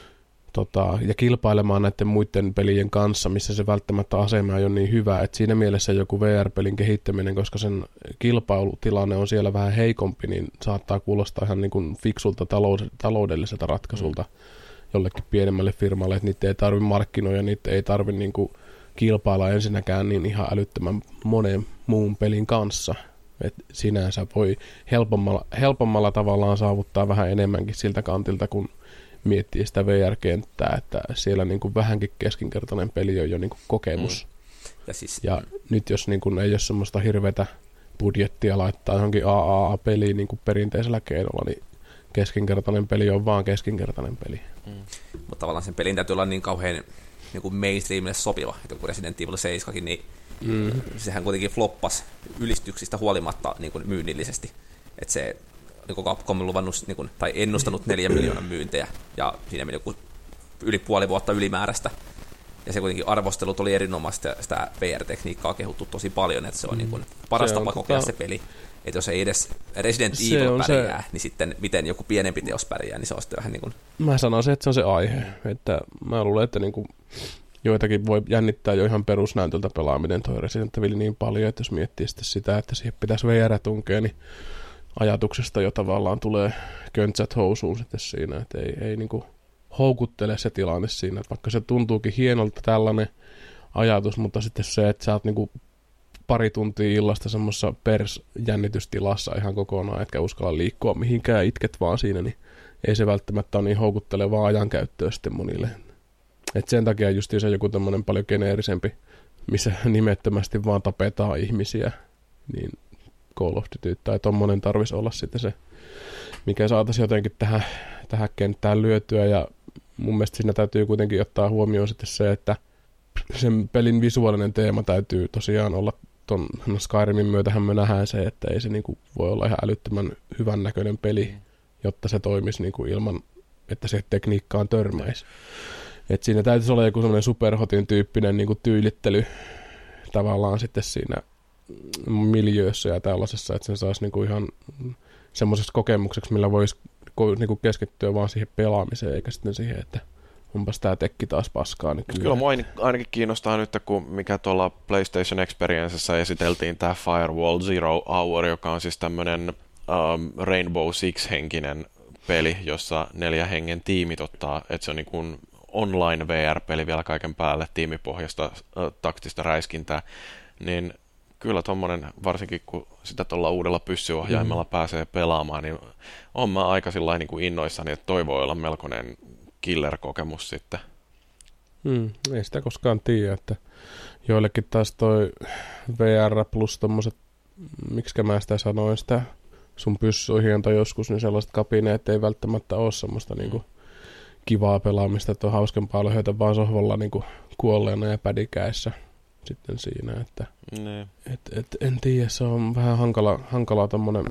Speaker 2: tota, ja kilpailemaan näiden muiden pelien kanssa, missä se välttämättä asema ei ole niin hyvä, että siinä mielessä joku V R-pelin kehittäminen, koska sen kilpailutilanne on siellä vähän heikompi, niin saattaa kuulostaa ihan niin kuin fiksulta taloudelliselta ratkaisulta jollekin pienemmälle firmalle, että niitä ei tarvitse markkinoida, niitä ei tarvitse niin kuin kilpailla ensinnäkään niin ihan älyttömän monen muun pelin kanssa. Et sinänsä voi helpommalla, helpommalla tavallaan saavuttaa vähän enemmänkin siltä kantilta, kun miettii sitä V R-kenttää, että siellä niin kuin vähänkin keskinkertainen peli on jo niin kuin kokemus. Mm. Ja, siis, ja mm. nyt jos niin kuin ei ole semmoista hirveätä budjettia laittaa johonkin A A A-peliin niin kuin perinteisellä keinolla, niin keskinkertainen peli on vaan keskinkertainen peli.
Speaker 3: Mm. Mutta tavallaan sen pelin täytyy olla niin kauhean niin kuin mainstreamille sopiva, että kun Resident Evil seitsemän, niin mm. sehän kuitenkin floppasi ylistyksistä huolimatta niin kuin myynnillisesti. Että se niin Capcom on luvannut niin kuin, tai ennustanut neljän miljoonan myyntejä, ja siinä meni joku yli puoli vuotta ylimääräistä. Ja se kuitenkin arvostelut oli erinomaista, ja sitä V R-tekniikkaa kehuttu tosi paljon, että se on mm. niin kuin paras se tapa kokea tota... se peli. Että jos ei edes Resident Evil pärjää, se... niin sitten miten joku pienempi teos pärjää, niin se on sitten vähän niin kuin...
Speaker 2: Mä sanoisin, että se on se aihe. Että mä luulen, että niin kuin joitakin voi jännittää jo ihan perusnäytöltä pelaaminen toi Resident Evil niin paljon, että jos miettii sitten sitä, että siihen pitäisi V R tunkea, niin ajatuksesta jo tavallaan tulee köntsät housuun sitten siinä, että ei, ei niinku houkuttele se tilanne siinä, että vaikka se tuntuukin hienolta tällainen ajatus, mutta sitten se, että sä oot niinku pari tuntia illasta semmoisessa persjännitystilassa ihan kokonaan, etkä uskalla liikkua mihinkään, itket vaan siinä, niin ei se välttämättä ole niin houkuttelevaa ajankäyttöä sitten monille. Et sen takia justiin se joku tämmöinen paljon geneerisempi, missä nimettömästi vaan tapetaan ihmisiä, niin Call of Duty tai tommonen tarvisi olla sitten se, mikä saataisiin jotenkin tähän, tähän kenttään lyötyä, ja mun mielestä siinä täytyy kuitenkin ottaa huomioon sitten se, että sen pelin visuaalinen teema täytyy tosiaan olla ton no Skyrimin myötähän me nähdään se, että ei se niinku voi olla ihan älyttömän hyvän näköinen peli, jotta se toimisi niinku ilman, että se tekniikkaan törmäisi. Et siinä täytyisi olla joku semmoinen superhotin tyyppinen niinku tyylittely tavallaan sitten siinä miljöössä ja tällaisessa, että sen saisi niinku ihan semmoiseksi kokemukseksi, millä voisi niinku keskittyä vaan siihen pelaamiseen, eikä sitten siihen, että onpas tää tekki taas paskaa. Niin
Speaker 1: kyllä. kyllä mua ainakin kiinnostaa nyt, kun mikä tuolla PlayStation Experiencessa esiteltiin tämä Firewall Zero Hour, joka on siis tämmöinen um, Rainbow Six-henkinen peli, jossa neljä hengen tiimit ottaa, että se on niin kuin online V R-peli vielä kaiken päälle, tiimipohjasta äh, taktista räiskintää, niin kyllä tommonen, varsinkin kun sitä tuolla uudella pyssyohjaimella mm. pääsee pelaamaan, niin on mä aika sillain niin kuin innoissani, että toi voi olla melkoinen killer-kokemus sitten.
Speaker 2: Mm, ei sitä koskaan tiedä, että joillekin taas toi V R plus tommoset, miksikä mä sitä sanoin, sitä sun pyssyohjainta joskus, niin sellaiset kabineet ei välttämättä ole semmoista mm. niinku kivaa pelaamista, että on hauskempaa löhötä vaan sohvalla niinku kuolleena ja pädikäessä sitten siinä, että
Speaker 1: ne.
Speaker 2: et, et, en tiedä, se on vähän hankala, hankala tommonen,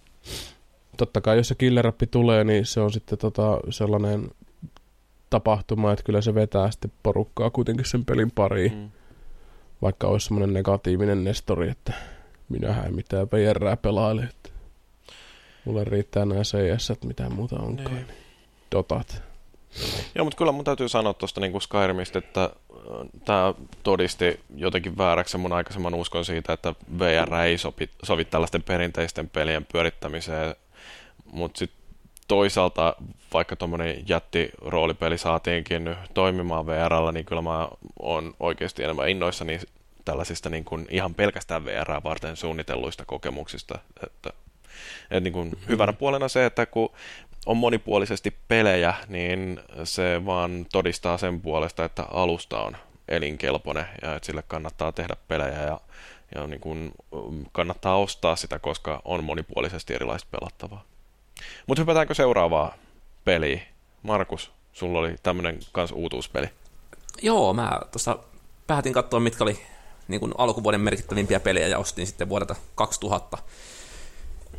Speaker 2: totta kai jos se killerappi tulee, niin se on sitten tota sellainen tapahtuma, että kyllä se vetää sitten porukkaa kuitenkin sen pelin pariin, mm. vaikka olisi semmoinen negatiivinen nestori, että minähän ei mitään V R:ää pelaile, että mulle riittää nämä C S, että mitään muuta onkaan, niin dotat.
Speaker 1: Joo, mutta kyllä mun täytyy sanoa tuosta niin kuin Skyrimistä, että tämä todisti jotenkin vääräksi mun aikaisemman uskon siitä, että V R ei sopi, sovi tällaisten perinteisten pelien pyörittämiseen, mutta sitten toisaalta, vaikka tuommoinen jättiroolipeli saatiinkin nyt toimimaan V R:llä, niin kyllä mä oon oikeasti enemmän innoissani tällaisista niin kuin ihan pelkästään V R:ää varten suunnitelluista kokemuksista. Että, että niin kuin mm-hmm. hyvänä puolena se, että kun on monipuolisesti pelejä, niin se vaan todistaa sen puolesta, että alusta on elinkelpoinen ja että sille kannattaa tehdä pelejä ja, ja niin kuin kannattaa ostaa sitä, koska on monipuolisesti erilaista pelattavaa. Mutta hypätäänkö seuraavaa peliä? Markus, sulla oli tämmöinen kans uutuuspeli.
Speaker 3: Joo, mä tuossa päätin katsoa, mitkä oli niin kuin alkuvuoden merkittävimpiä pelejä ja ostin sitten vuodelta kaksituhatta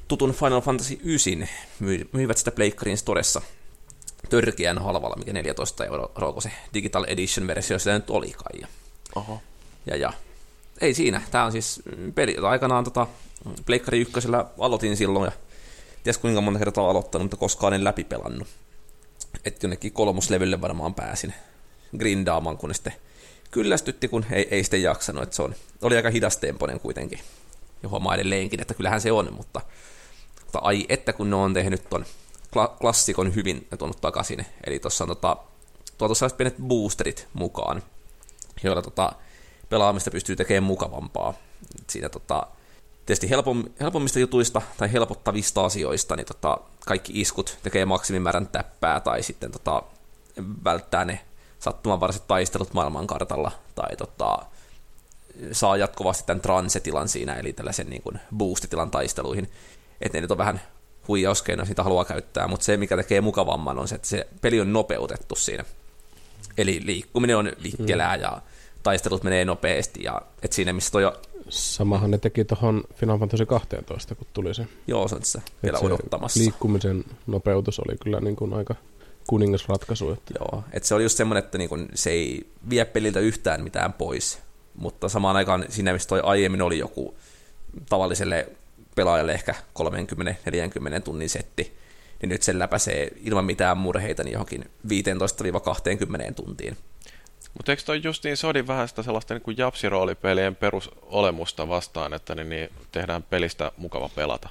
Speaker 3: tutun Final Fantasy yhdeksän myivät sitä Pleikkarin Storessa törkeän halvalla, mikä neljätoista euroa, se Digital Edition-versio sitä nyt oli kai.
Speaker 1: Oho.
Speaker 3: Ja, ja ei siinä. Tämä on siis peli, jota aikanaan tota, Pleikkari ykkösellä aloitin silloin, ja ties kuinka monta kertaa olen aloittanut, mutta koskaan en läpipelannut. Että jonnekin kolmoslevylle varmaan pääsin grindaamaan, kun sitten kyllästytti, kun ei, ei sitten jaksanut. Että se on, oli aika hidastempoinen kuitenkin. Ja huomaa edelleenkin, että kyllähän se on, mutta, mutta ai että kun ne on tehnyt ton kla- klassikon hyvin ja tuonut takaisin. Eli tuossa on tota, tuossa on pienet boosterit mukaan, joilla tota, pelaamista pystyy tekemään mukavampaa. Siinä tota, tietysti helpom, helpommista jutuista tai helpottavista asioista, niin tota, kaikki iskut tekee maksimimäärän täppää tai sitten tota, välttää ne sattumanvaraiset taistelut maailmankartalla tai tota, saa jatkuvasti tämän transetilan siinä, eli tällaisen niin kuin boostitilan taisteluihin. Että ne nyt on vähän huijauskeino, jos niitä haluaa käyttää, mutta se, mikä tekee mukavamman, on se, että se peli on nopeutettu siinä. Eli liikkuminen on vikkelää mm. ja taistelut menee nopeasti, ja et siinä missä toi jo...
Speaker 2: Samahan ne teki tuohon Final Fantasy kaksitoista, kun tuli se.
Speaker 3: Joo, se on se vielä odottamassa.
Speaker 2: Liikkumisen nopeutus oli kyllä niin kuin aika kuningasratkaisu. Että...
Speaker 3: Joo, että se oli just semmoinen, että niin kuin se ei vie peliltä yhtään mitään pois, mutta samaan aikaan siinä missä toi aiemmin oli joku tavalliselle pelaajalle ehkä kolmekymmentä neljäkymmentä tunnin setti, niin nyt se läpäisee ilman mitään murheita niin johonkin viisitoista kaksikymmentä tuntiin.
Speaker 1: Mutta eikö toi just niin sodi vähän sitä sellaista niin kuin japsiroolipelien perusolemusta vastaan, että niin, niin tehdään pelistä mukava pelata?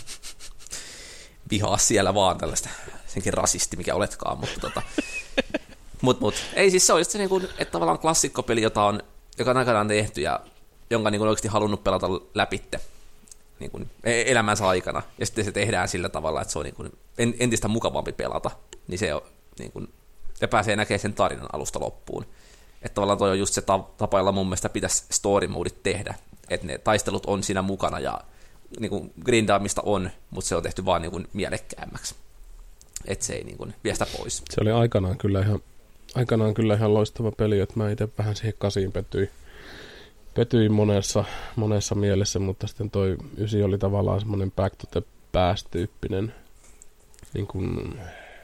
Speaker 3: Vihaa siellä vaan tällaista, senkin rasisti mikä oletkaan, mutta tota... mut, mut. Ei siis se on just se, niin kuin, että tavallaan klassikkopeli, jota on, joka on aikanaan tehty ja jonka niin kuin oikeasti halunnut pelata läpitte niin kuin elämänsä aikana, ja sitten se tehdään sillä tavalla, että se on niin kuin entistä mukavampi pelata, niin se on niin kuin, ja pääsee näkemään sen tarinan alusta loppuun. Että tavallaan toi on just se tapa, jolla mun mielestä pitäisi story-moodit tehdä, että ne taistelut on siinä mukana ja niin kuin grindaamista on, mutta se on tehty vaan niin kuin mielekkäämmäksi, että se ei niin kuin vie sitä pois. Se
Speaker 2: oli aikanaan kyllä ihan, aikanaan kyllä ihan loistava peli, että mä itse vähän siihen kasiin petyin. Petyin monessa, monessa mielessä, mutta sitten toi ysi oli tavallaan semmoinen back to the past-tyyppinen niin kuin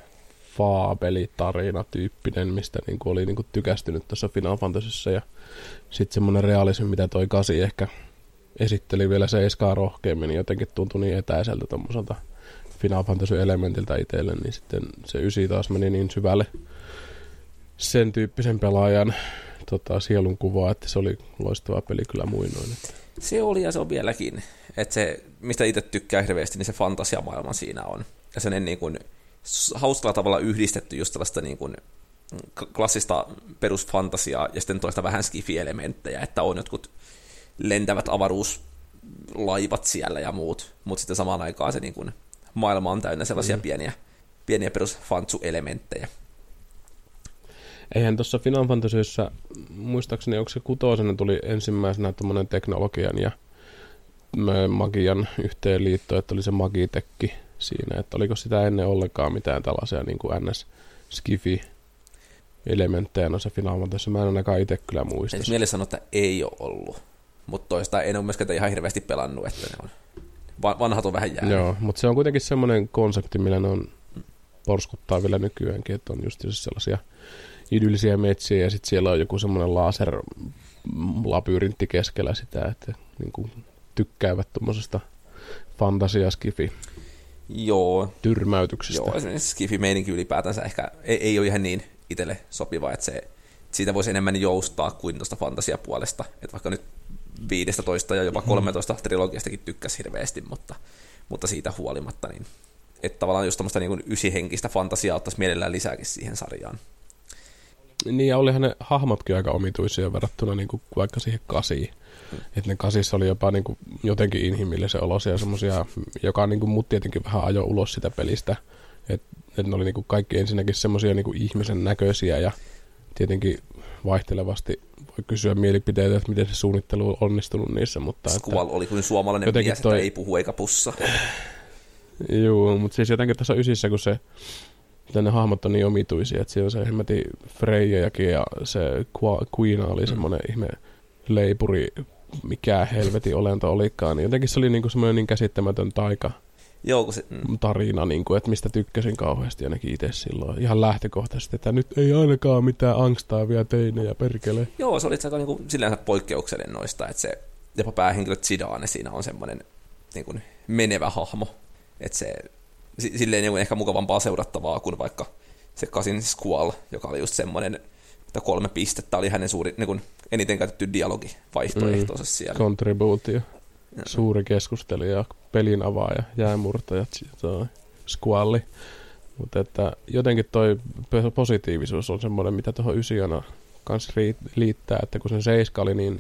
Speaker 2: faabelitarina-tyyppinen, mistä niin kuin oli niin kuin tykästynyt tuossa Final Fantasyssä, ja sitten semmoinen realismi, mitä toi kasi ehkä esitteli vielä seiskaa rohkeammin, niin jotenkin tuntui niin etäiseltä tommoselta Final Fantasy-elementiltä itselle, niin sitten se ysi taas meni niin syvälle sen tyyppisen pelaajan tota, sielun kuvaa, että se oli loistava peli kyllä muinoin. Että.
Speaker 3: Se oli ja se on vieläkin. Että se, mistä itse tykkää hirveästi, niin se fantasiamaailma siinä on. Ja sen niin kuin hauskalla tavalla yhdistetty just tällaista niin kuin klassista perusfantasiaa ja sitten toista vähän skifi-elementtejä, että on jotkut lentävät avaruuslaivat siellä ja muut, mutta sitten samaan aikaan se niin kuin maailma on täynnä sellaisia mm. pieniä, pieniä perusfantsu-elementtejä.
Speaker 2: Eihän tuossa Final Fantasyssä, muistaakseni onko se kutosena tuli ensimmäisenä tommonen teknologian ja magian yhteenliitto, että oli se Magitekki siinä, että oliko sitä ennen ollenkaan mitään tällaisia niin kuin N S-skifi-elementtejä noissa Final Fantasyssä. Mä en ainakaan itse kyllä muista.
Speaker 3: Mieli sanoa, että ei ole ollut, mutta toista en ole myöskään ihan hirveästi pelannut, että ne on vanhat on vähän jäänyt.
Speaker 2: Joo, mutta se on kuitenkin semmoinen konsepti, millä ne on porskuttaa vielä nykyäänkin, että on just sellaisia idyllisiä metsiä ja sitten siellä on joku semmoinen laser-labyyrintti keskellä sitä, että niin kuin tykkäävät tuommoisesta fantasia-skifi
Speaker 3: Joo.
Speaker 2: tyrmäytyksestä.
Speaker 3: Joo, esimerkiksi skifi-meininki ylipäätänsä ehkä ei, ei ole ihan niin itselle sopiva, että se, siitä voisi enemmän joustaa kuin tuosta fantasiapuolesta. Että vaikka nyt viisitoista ja jopa kolmetoista hmm. trilogiastakin tykkäsi hirveästi, mutta, mutta siitä huolimatta, niin että tavallaan just tämmöistä niin ysihenkistä fantasiaa ottaisi mielellään lisääkin siihen sarjaan.
Speaker 2: Niin, ja olihan ne hahmotkin aika omituisia verrattuna niin kuin vaikka siihen kasiin. Hmm. Että ne kasissa oli jopa niin kuin jotenkin inhimillisen olosia semmoisia, joka niin kuin mut tietenkin vähän ajoi ulos sitä pelistä. Että et ne oli niin kuin kaikki ensinnäkin semmoisia niin kuin ihmisen näköisiä ja tietenkin vaihtelevasti voi kysyä mielipiteitä, että miten se suunnittelu on onnistunut niissä. Mutta
Speaker 3: Squall oli kuin suomalainen mies, toi... että ei puhu eikä pussa.
Speaker 2: Joo, mutta siis jotenkin tässä ysissä, kun se ne hahmot on niin omituisia, että siellä on se hemmetin Freyjakin ja se Queen oli mm. semmoinen ihme leipuri, mikä helvetin olento olikaan, niin jotenkin se oli niinku semmoinen niin käsittämätön taika
Speaker 3: Joo, kun se, mm.
Speaker 2: tarina, niin kuin, että mistä tykkäsin kauheasti ainakin itse silloin. Ihan lähtökohtaisesti, että nyt ei ainakaan mitään angstaavia teinejä perkele.
Speaker 3: Joo, se oli aika niin kuin, sillänsä poikkeuksellinen noista, että se jopa päähenkilö Zidane siinä on semmoinen niin kuin menevä hahmo. Että se silleen niin kuin ehkä mukavampaa seurattavaa kuin vaikka se Kasin Squall, joka oli just semmoinen, että kolme pistettä oli hänen suuri, niin kuin eniten käytetty dialogi vaihtoehtoisessa mm. siellä.
Speaker 2: Contribuutio. Suuri keskustelija, pelin avaaja, jäämurtajat, toi Squalli. Mutta että jotenkin toi positiivisuus on semmoinen, mitä tuohon ysiönä kanssa liittää, että kun sen seiska oli niin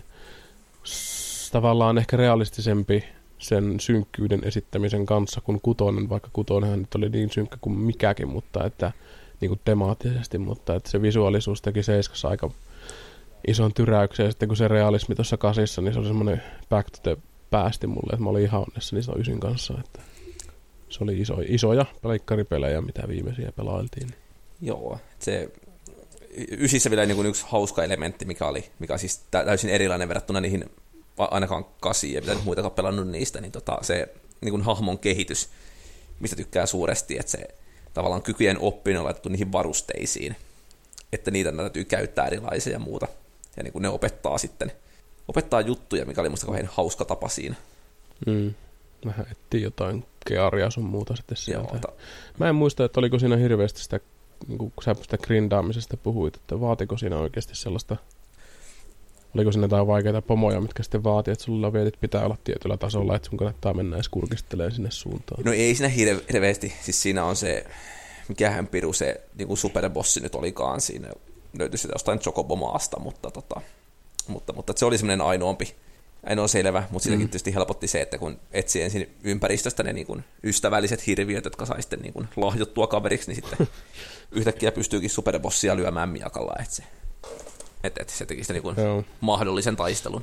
Speaker 2: s- tavallaan ehkä realistisempi sen synkkyyden esittämisen kanssa kuin kutonen, vaikka kutonenhan nyt oli niin synkkä kuin mikäkin, mutta että niin kuin temaattisesti, mutta että se visuaalisuus teki seiskassa aika ison tyräyksen, ja sitten kun se realismi tuossa kasissa, niin se oli semmoinen back to the päästi mulle, että mä olin ihan onnessani sen ysin kanssa, että se oli iso, isoja pleikkaripelejä, mitä viimeisiä pelailtiin.
Speaker 3: Joo, se ysissä vielä niin yksi hauska elementti, mikä oli mikä siis täysin erilainen verrattuna niihin ainakaan kasiin, ja mitä nyt muitakaan pelannut niistä, niin tota, se niin kuin hahmon kehitys, mistä tykkää suuresti, että se tavallaan kykyjen oppiminen on laitettu niihin varusteisiin, että niitä täytyy käyttää erilaisia ja muuta, ja niin kuin ne opettaa sitten opettaa juttuja, mikä oli musta kauhean hauska tapa siinä.
Speaker 2: Mm. Vähän etsii jotain kearia sun muuta sitten sieltä.
Speaker 3: Joo, ta-
Speaker 2: Mä en muista, että oliko siinä hirveästi sitä, niin kun sä sitä grindaamisesta puhuit, että vaatiko siinä oikeasti sellaista, oliko siinä jotain vaikeita pomoja, mitkä sitten vaatii, että sulla vietit pitää olla tietyllä tasolla, että sun kannattaa mennä edes kurkistelemaan sinne suuntaan.
Speaker 3: No ei siinä hirve- hirveästi, siis siinä on se, mikähän piru se niin kuin superbossi nyt olikaan siinä, löytyi sitä jostain Chocobo-maasta, mutta tota, Mutta, mutta se oli semmoinen ainoampi, ainoa selvä, mutta sitäkin mm. tietysti helpotti se, että kun etsi ensin ympäristöstä ne niin kuin ystävälliset hirviöt, jotka sai sitten niin kuin lahjottua kaveriksi, niin sitten yhtäkkiä pystyykin superbossia lyömään miakalla, että se, et, et se teki sitä niin kuin mahdollisen taistelun.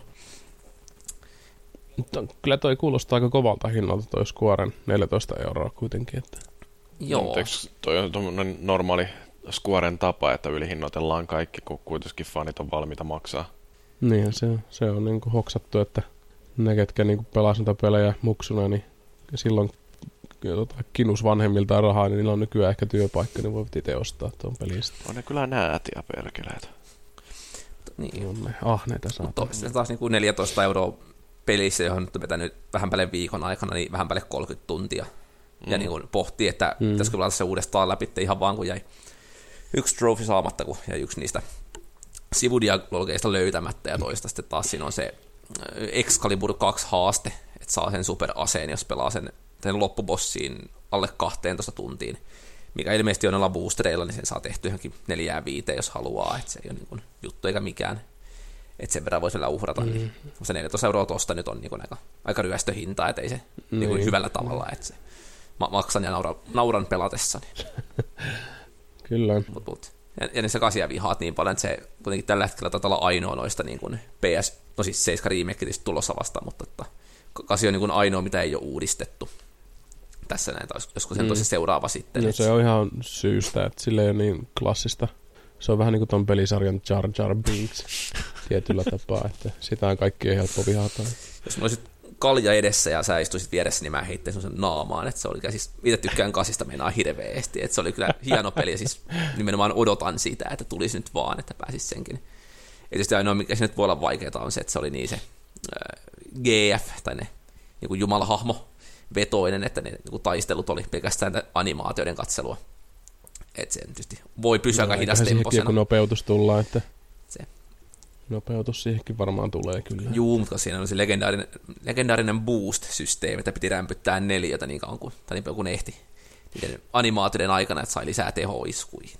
Speaker 2: Mutta kyllä toi kuulostaa aika kovalta hinnalta toi Squaren neljätoista euroa kuitenkin. Että...
Speaker 1: Joo. Toi on tommoinen normaali Squaren tapa, että ylihinnoitellaan kaikki, kun kuitenkin fanit on valmiita maksaa.
Speaker 2: Niin, se, se on niin kuin hoksattu, että ne, ketkä niin kuin pelaa noita pelejä muksuna, niin silloin kinus vanhemmiltaan rahaa, niin niillä on nykyään ehkä työpaikka, niin voivat itse ostaa tuon pelistä.
Speaker 1: On ne kyllä näätiä perkeleitä.
Speaker 3: Niin.
Speaker 2: On ne ahneita saattaa.
Speaker 3: Se taas niin kuin neljätoista euroa pelissä, johon nyt on vetänyt vähän päälle viikon aikana, niin vähän päälle kolmekymmentä tuntia. Mm. Ja niin kuin pohtii, että mm. pitäisikö pelata se uudestaan läpi, ihan vaan kun jäi yksi trophy saamatta, kun jäi yksi niistä sivudialogeista löytämättä, ja toista sitten taas siinä on se Excalibur kaksi haaste, että saa sen superaseen, jos pelaa sen, sen loppubossiin alle kahteentoista tuntiin, mikä ilmeisesti on noilla boostereilla, niin sen saa tehty johonkin neljään viiteen, jos haluaa, että se ei ole niin kuin juttu eikä mikään, että sen verran voisi vielä uhrata, mm. niin se neljätoista euroa tosta nyt on niin kuin aika, aika ryöstöhinta, että ei se mm. niin kuin hyvällä tavalla, että se ma- maksan ja nauran, nauran pelatessani.
Speaker 2: Kyllä.
Speaker 3: Mut, mut. Ja, ja niissä kasia vihaat niin paljon, että se kuitenkin tällä hetkellä taitaa olla ainoa noista niin kuin P S, no siis seitsemän remake tietysti tulossa vasta, mutta että kasi on niin kuin ainoa, mitä ei ole uudistettu. Tässä näitä, josko sen mm. tosi seuraava sitten.
Speaker 2: No se on ihan syystä, että sille ei ole niin klassista. Se on vähän niin kuin ton pelisarjan Jar Jar Binks tietyllä tapaa, että sitä on kaikki helppo vihata.
Speaker 3: Jos mulla olisit kalja edessä ja sä istuisit vieressä, niin mä heittäisin sen naamaan, että se oli siis, itse tykkään kasista meinaa hirveästi, että se oli kyllä hieno peli, ja siis nimenomaan odotan sitä, että tulisi nyt vaan, että pääsisi senkin. Ja tietysti ainoa, mikä se nyt voi olla vaikeaa, on se, että se oli niin se äh, G F, tai ne niin kuin jumalahahmo vetoinen, että ne niin kuin taistelut oli pelkästään animaatioiden katselua. Että se tietysti voi pysyä no, aika hidastemposena.
Speaker 2: Kun nopeutus tullaan, että
Speaker 3: se.
Speaker 2: Nopeutus siihenkin varmaan tulee kyllä.
Speaker 3: Juu, mutta siinä oli se legendaarinen, legendaarinen boost-systeemi, että piti rämpyttää neliötä niin kauan kuin, tai niin paljon kuin ehti niiden animaatioiden aikana, että sai lisää tehoa iskuihin.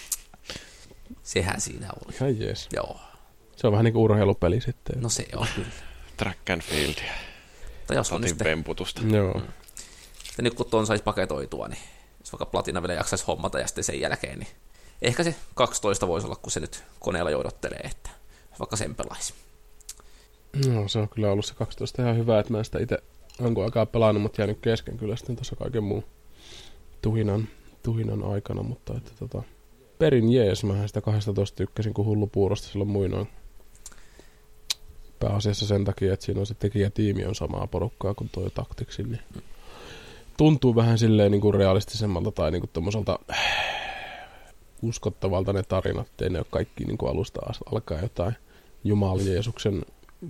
Speaker 3: Sehän siinä oli.
Speaker 2: Ihan jees.
Speaker 3: Joo.
Speaker 2: Se on vähän niin kuin urheilupeli sitten.
Speaker 3: No se on kyllä.
Speaker 1: Track and field.
Speaker 3: Tai jos on nyt
Speaker 1: vemputusta.
Speaker 2: Joo.
Speaker 3: Mm. Sitten nyt kun tuon saisi paketoitua, niin jos vaikka Platina vielä jaksaisi hommata ja sitten sen jälkeen, niin ehkä se kaksitoista voisi olla, kun se nyt koneella jo odottelee, että vaikka sen pelaisi.
Speaker 2: No se on kyllä ollut se kaksitoista ihan hyvä, että mä sitä itse jonkun aikaa pelannut, mutta jäänyt kesken kyllä sitten tuossa kaiken muun tuhinan, tuhinan aikana, mutta että tota, perin jees, mähän sitä kaksitoista tykkäsin kuin hullu puurosta silloin muinoin. Pääasiassa sen takia, että siinä on se tekijätiimi on samaa porukkaa kuin toi Tacticsin, niin tuntuu vähän silleen niin kuin realistisemmalta tai niin kuin tommoselta uskottavalta ne tarinat, ei ne ole kaikki niin kuin alusta alkaa jotain Jumalan Jeesuksen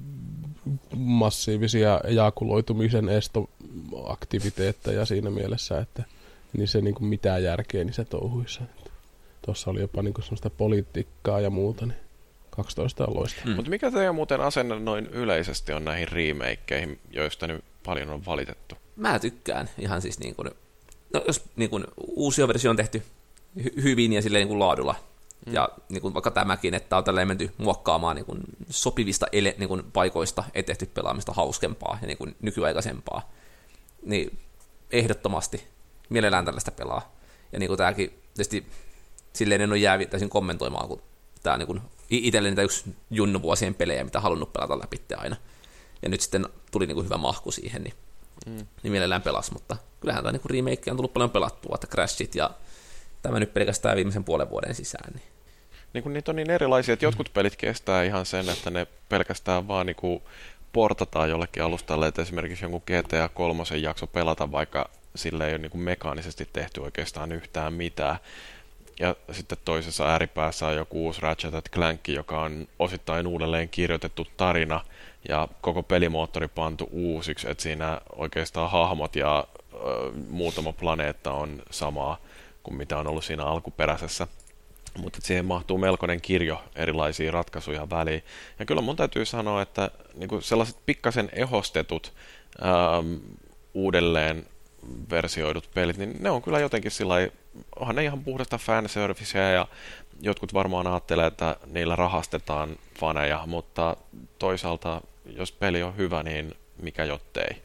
Speaker 2: massiivisia ejakuloitumisen estoaktiviteetteja siinä mielessä, että niin se niin kuin mitään järkeä niissä touhuissa. Tuossa oli jopa niin kuin semmoista politiikkaa ja muuta, niin kaksitoista on loista.
Speaker 1: Mm. Mutta mikä teidän muuten asenne noin yleisesti on näihin remakeihin, joista nyt paljon on valitettu?
Speaker 3: Mä tykkään ihan siis niin kuin, no jos niin kuin uusia versio on tehty hy- hyvin ja silleen niin kuin laadulla, mm. ja niin kuin vaikka tämäkin, että on tälleen menty muokkaamaan niin kuin sopivista ele- niin kuin paikoista et tehty pelaamista hauskempaa ja niin kuin nykyaikaisempaa, niin ehdottomasti mielellään tällaista pelaa. Ja niin kuin tämäkin, tietysti silleen en ole jäävi täysin kommentoimaan, kun tämä on niin kuin itselle niitä yksi junnuvuosien pelejä, mitä halunnut pelata läpi aina. Ja nyt sitten tuli niin kuin hyvä mahku siihen, niin, mm. niin mielellään pelas, mutta kyllähän tämä niin remake on tullut paljon pelattua, että Crashit ja tämä nyt pelkästään viimeisen puolen vuoden sisään. Niin.
Speaker 1: Niin kun niitä on niin erilaisia, että jotkut pelit kestää ihan sen, että ne pelkästään vaan niin kuin portataan jollekin alustalle, että esimerkiksi jonkun G T A kolme jakso pelata, vaikka sille ei ole niin kuin mekaanisesti tehty oikeastaan yhtään mitään. Ja sitten toisessa ääripäässä on joku uusi Ratchet and Clank, joka on osittain uudelleen kirjoitettu tarina ja koko pelimoottori pantu uusiksi, että siinä oikeastaan hahmot ja ö, muutama planeetta on samaa kuin mitä on ollut siinä alkuperäisessä. Mutta siihen mahtuu melkoinen kirjo erilaisia ratkaisuja väliin. Ja kyllä mun täytyy sanoa, että niinku sellaiset pikkasen ehostetut ähm, uudelleen versioidut pelit, niin ne on kyllä jotenkin sillai, onhan ne ihan puhdasta fanserviceä ja jotkut varmaan ajattelee, että niillä rahastetaan faneja, mutta toisaalta jos peli on hyvä, niin mikä jottei.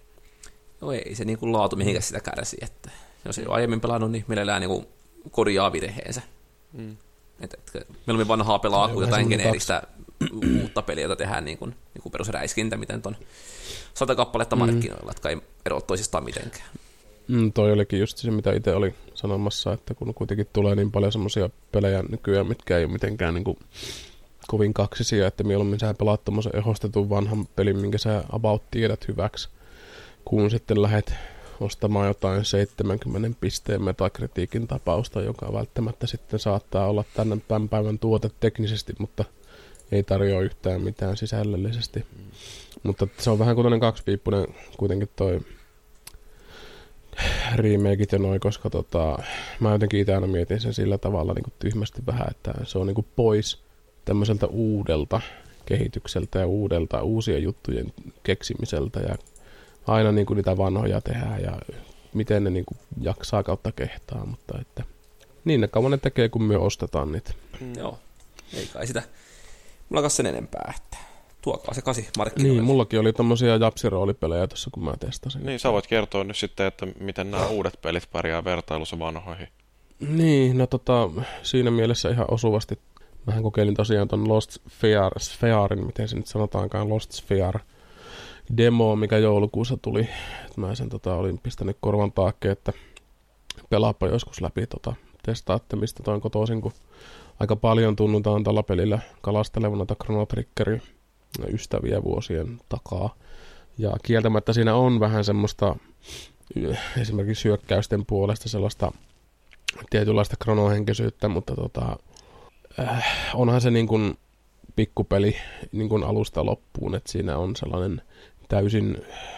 Speaker 3: No ei se niin kuin laatu mihinkään sitä kärsi, että jos ei ole aiemmin pelannut, niin mielellään niin kuin korjaa virheensä. Mm. Et, et, meillä on vanhaa pelaa kuin jotain geneeristä uutta peliä, jota tehdään niin kuin, niin kuin perusräiskintä, miten on sata kappaletta markkinoilla, mm. jotka ei eroa toisistaan mitenkään.
Speaker 2: Mm, toi olikin just se, mitä itse oli sanomassa, että kun kuitenkin tulee niin paljon semmoisia pelejä nykyään, mitkä ei ole mitenkään niin kuin kovin kaksisia, että mieluummin sä pelaat tommosen ehostetun vanhan pelin, minkä sä about tiedät hyväksi, kun sitten lähdet ostamaan jotain seitsemänkymmentä pisteen metakritiikin tapausta, joka välttämättä sitten saattaa olla tämän päivän tuote teknisesti, mutta ei tarjoa yhtään mitään sisällöllisesti. Mm. Mutta se on vähän kuin kaksipiippunen kuitenkin toi remakeit ja noin, koska tota, mä jotenkin itse aina mietin sen sillä tavalla niin kuin tyhmästi vähän, että se on niin kuin pois tämmöiseltä uudelta kehitykseltä ja uudelta uusien juttujen keksimiseltä ja aina niin kuin niitä vanhoja tehdään ja miten ne niin kuin jaksaa kautta kehtaa, mutta että niin ne kauan ne tekee, kun me ostetaan niitä.
Speaker 3: Mm. Joo, ei kai sitä. Mulla sen enempää, että tuokaa se kasi markkinoille.
Speaker 2: Niin, mullakin oli tommosia japsiroolipelejä tuossa, kun mä testasin.
Speaker 1: Niin, sä voit kertoa nyt sitten, että miten nämä uudet pelit pärjää vertailussa vanhoihin.
Speaker 2: Niin, no tota, siinä mielessä ihan osuvasti. Mähän kokeilin tosiaan ton Lost Sphere, Spherein, miten se nyt sanotaankaan, Lost Sphere demo, mikä joulukuussa tuli. Mä sen tota, olin pistänyt korvan taakke, että pelaappa joskus läpi tota, testaatte, mistä toi on kotoisin, kun aika paljon tunnutaan tällä pelillä kalastelevan noita Chrono Triggerin ystäviä vuosien takaa. Ja kieltämättä siinä on vähän semmoista esimerkiksi hyökkäysten puolesta sellaista tietynlaista kronohenkisyyttä, mutta tota, äh, onhan se niin kuin pikkupeli niin kuin alusta loppuun, että siinä on sellainen täysin,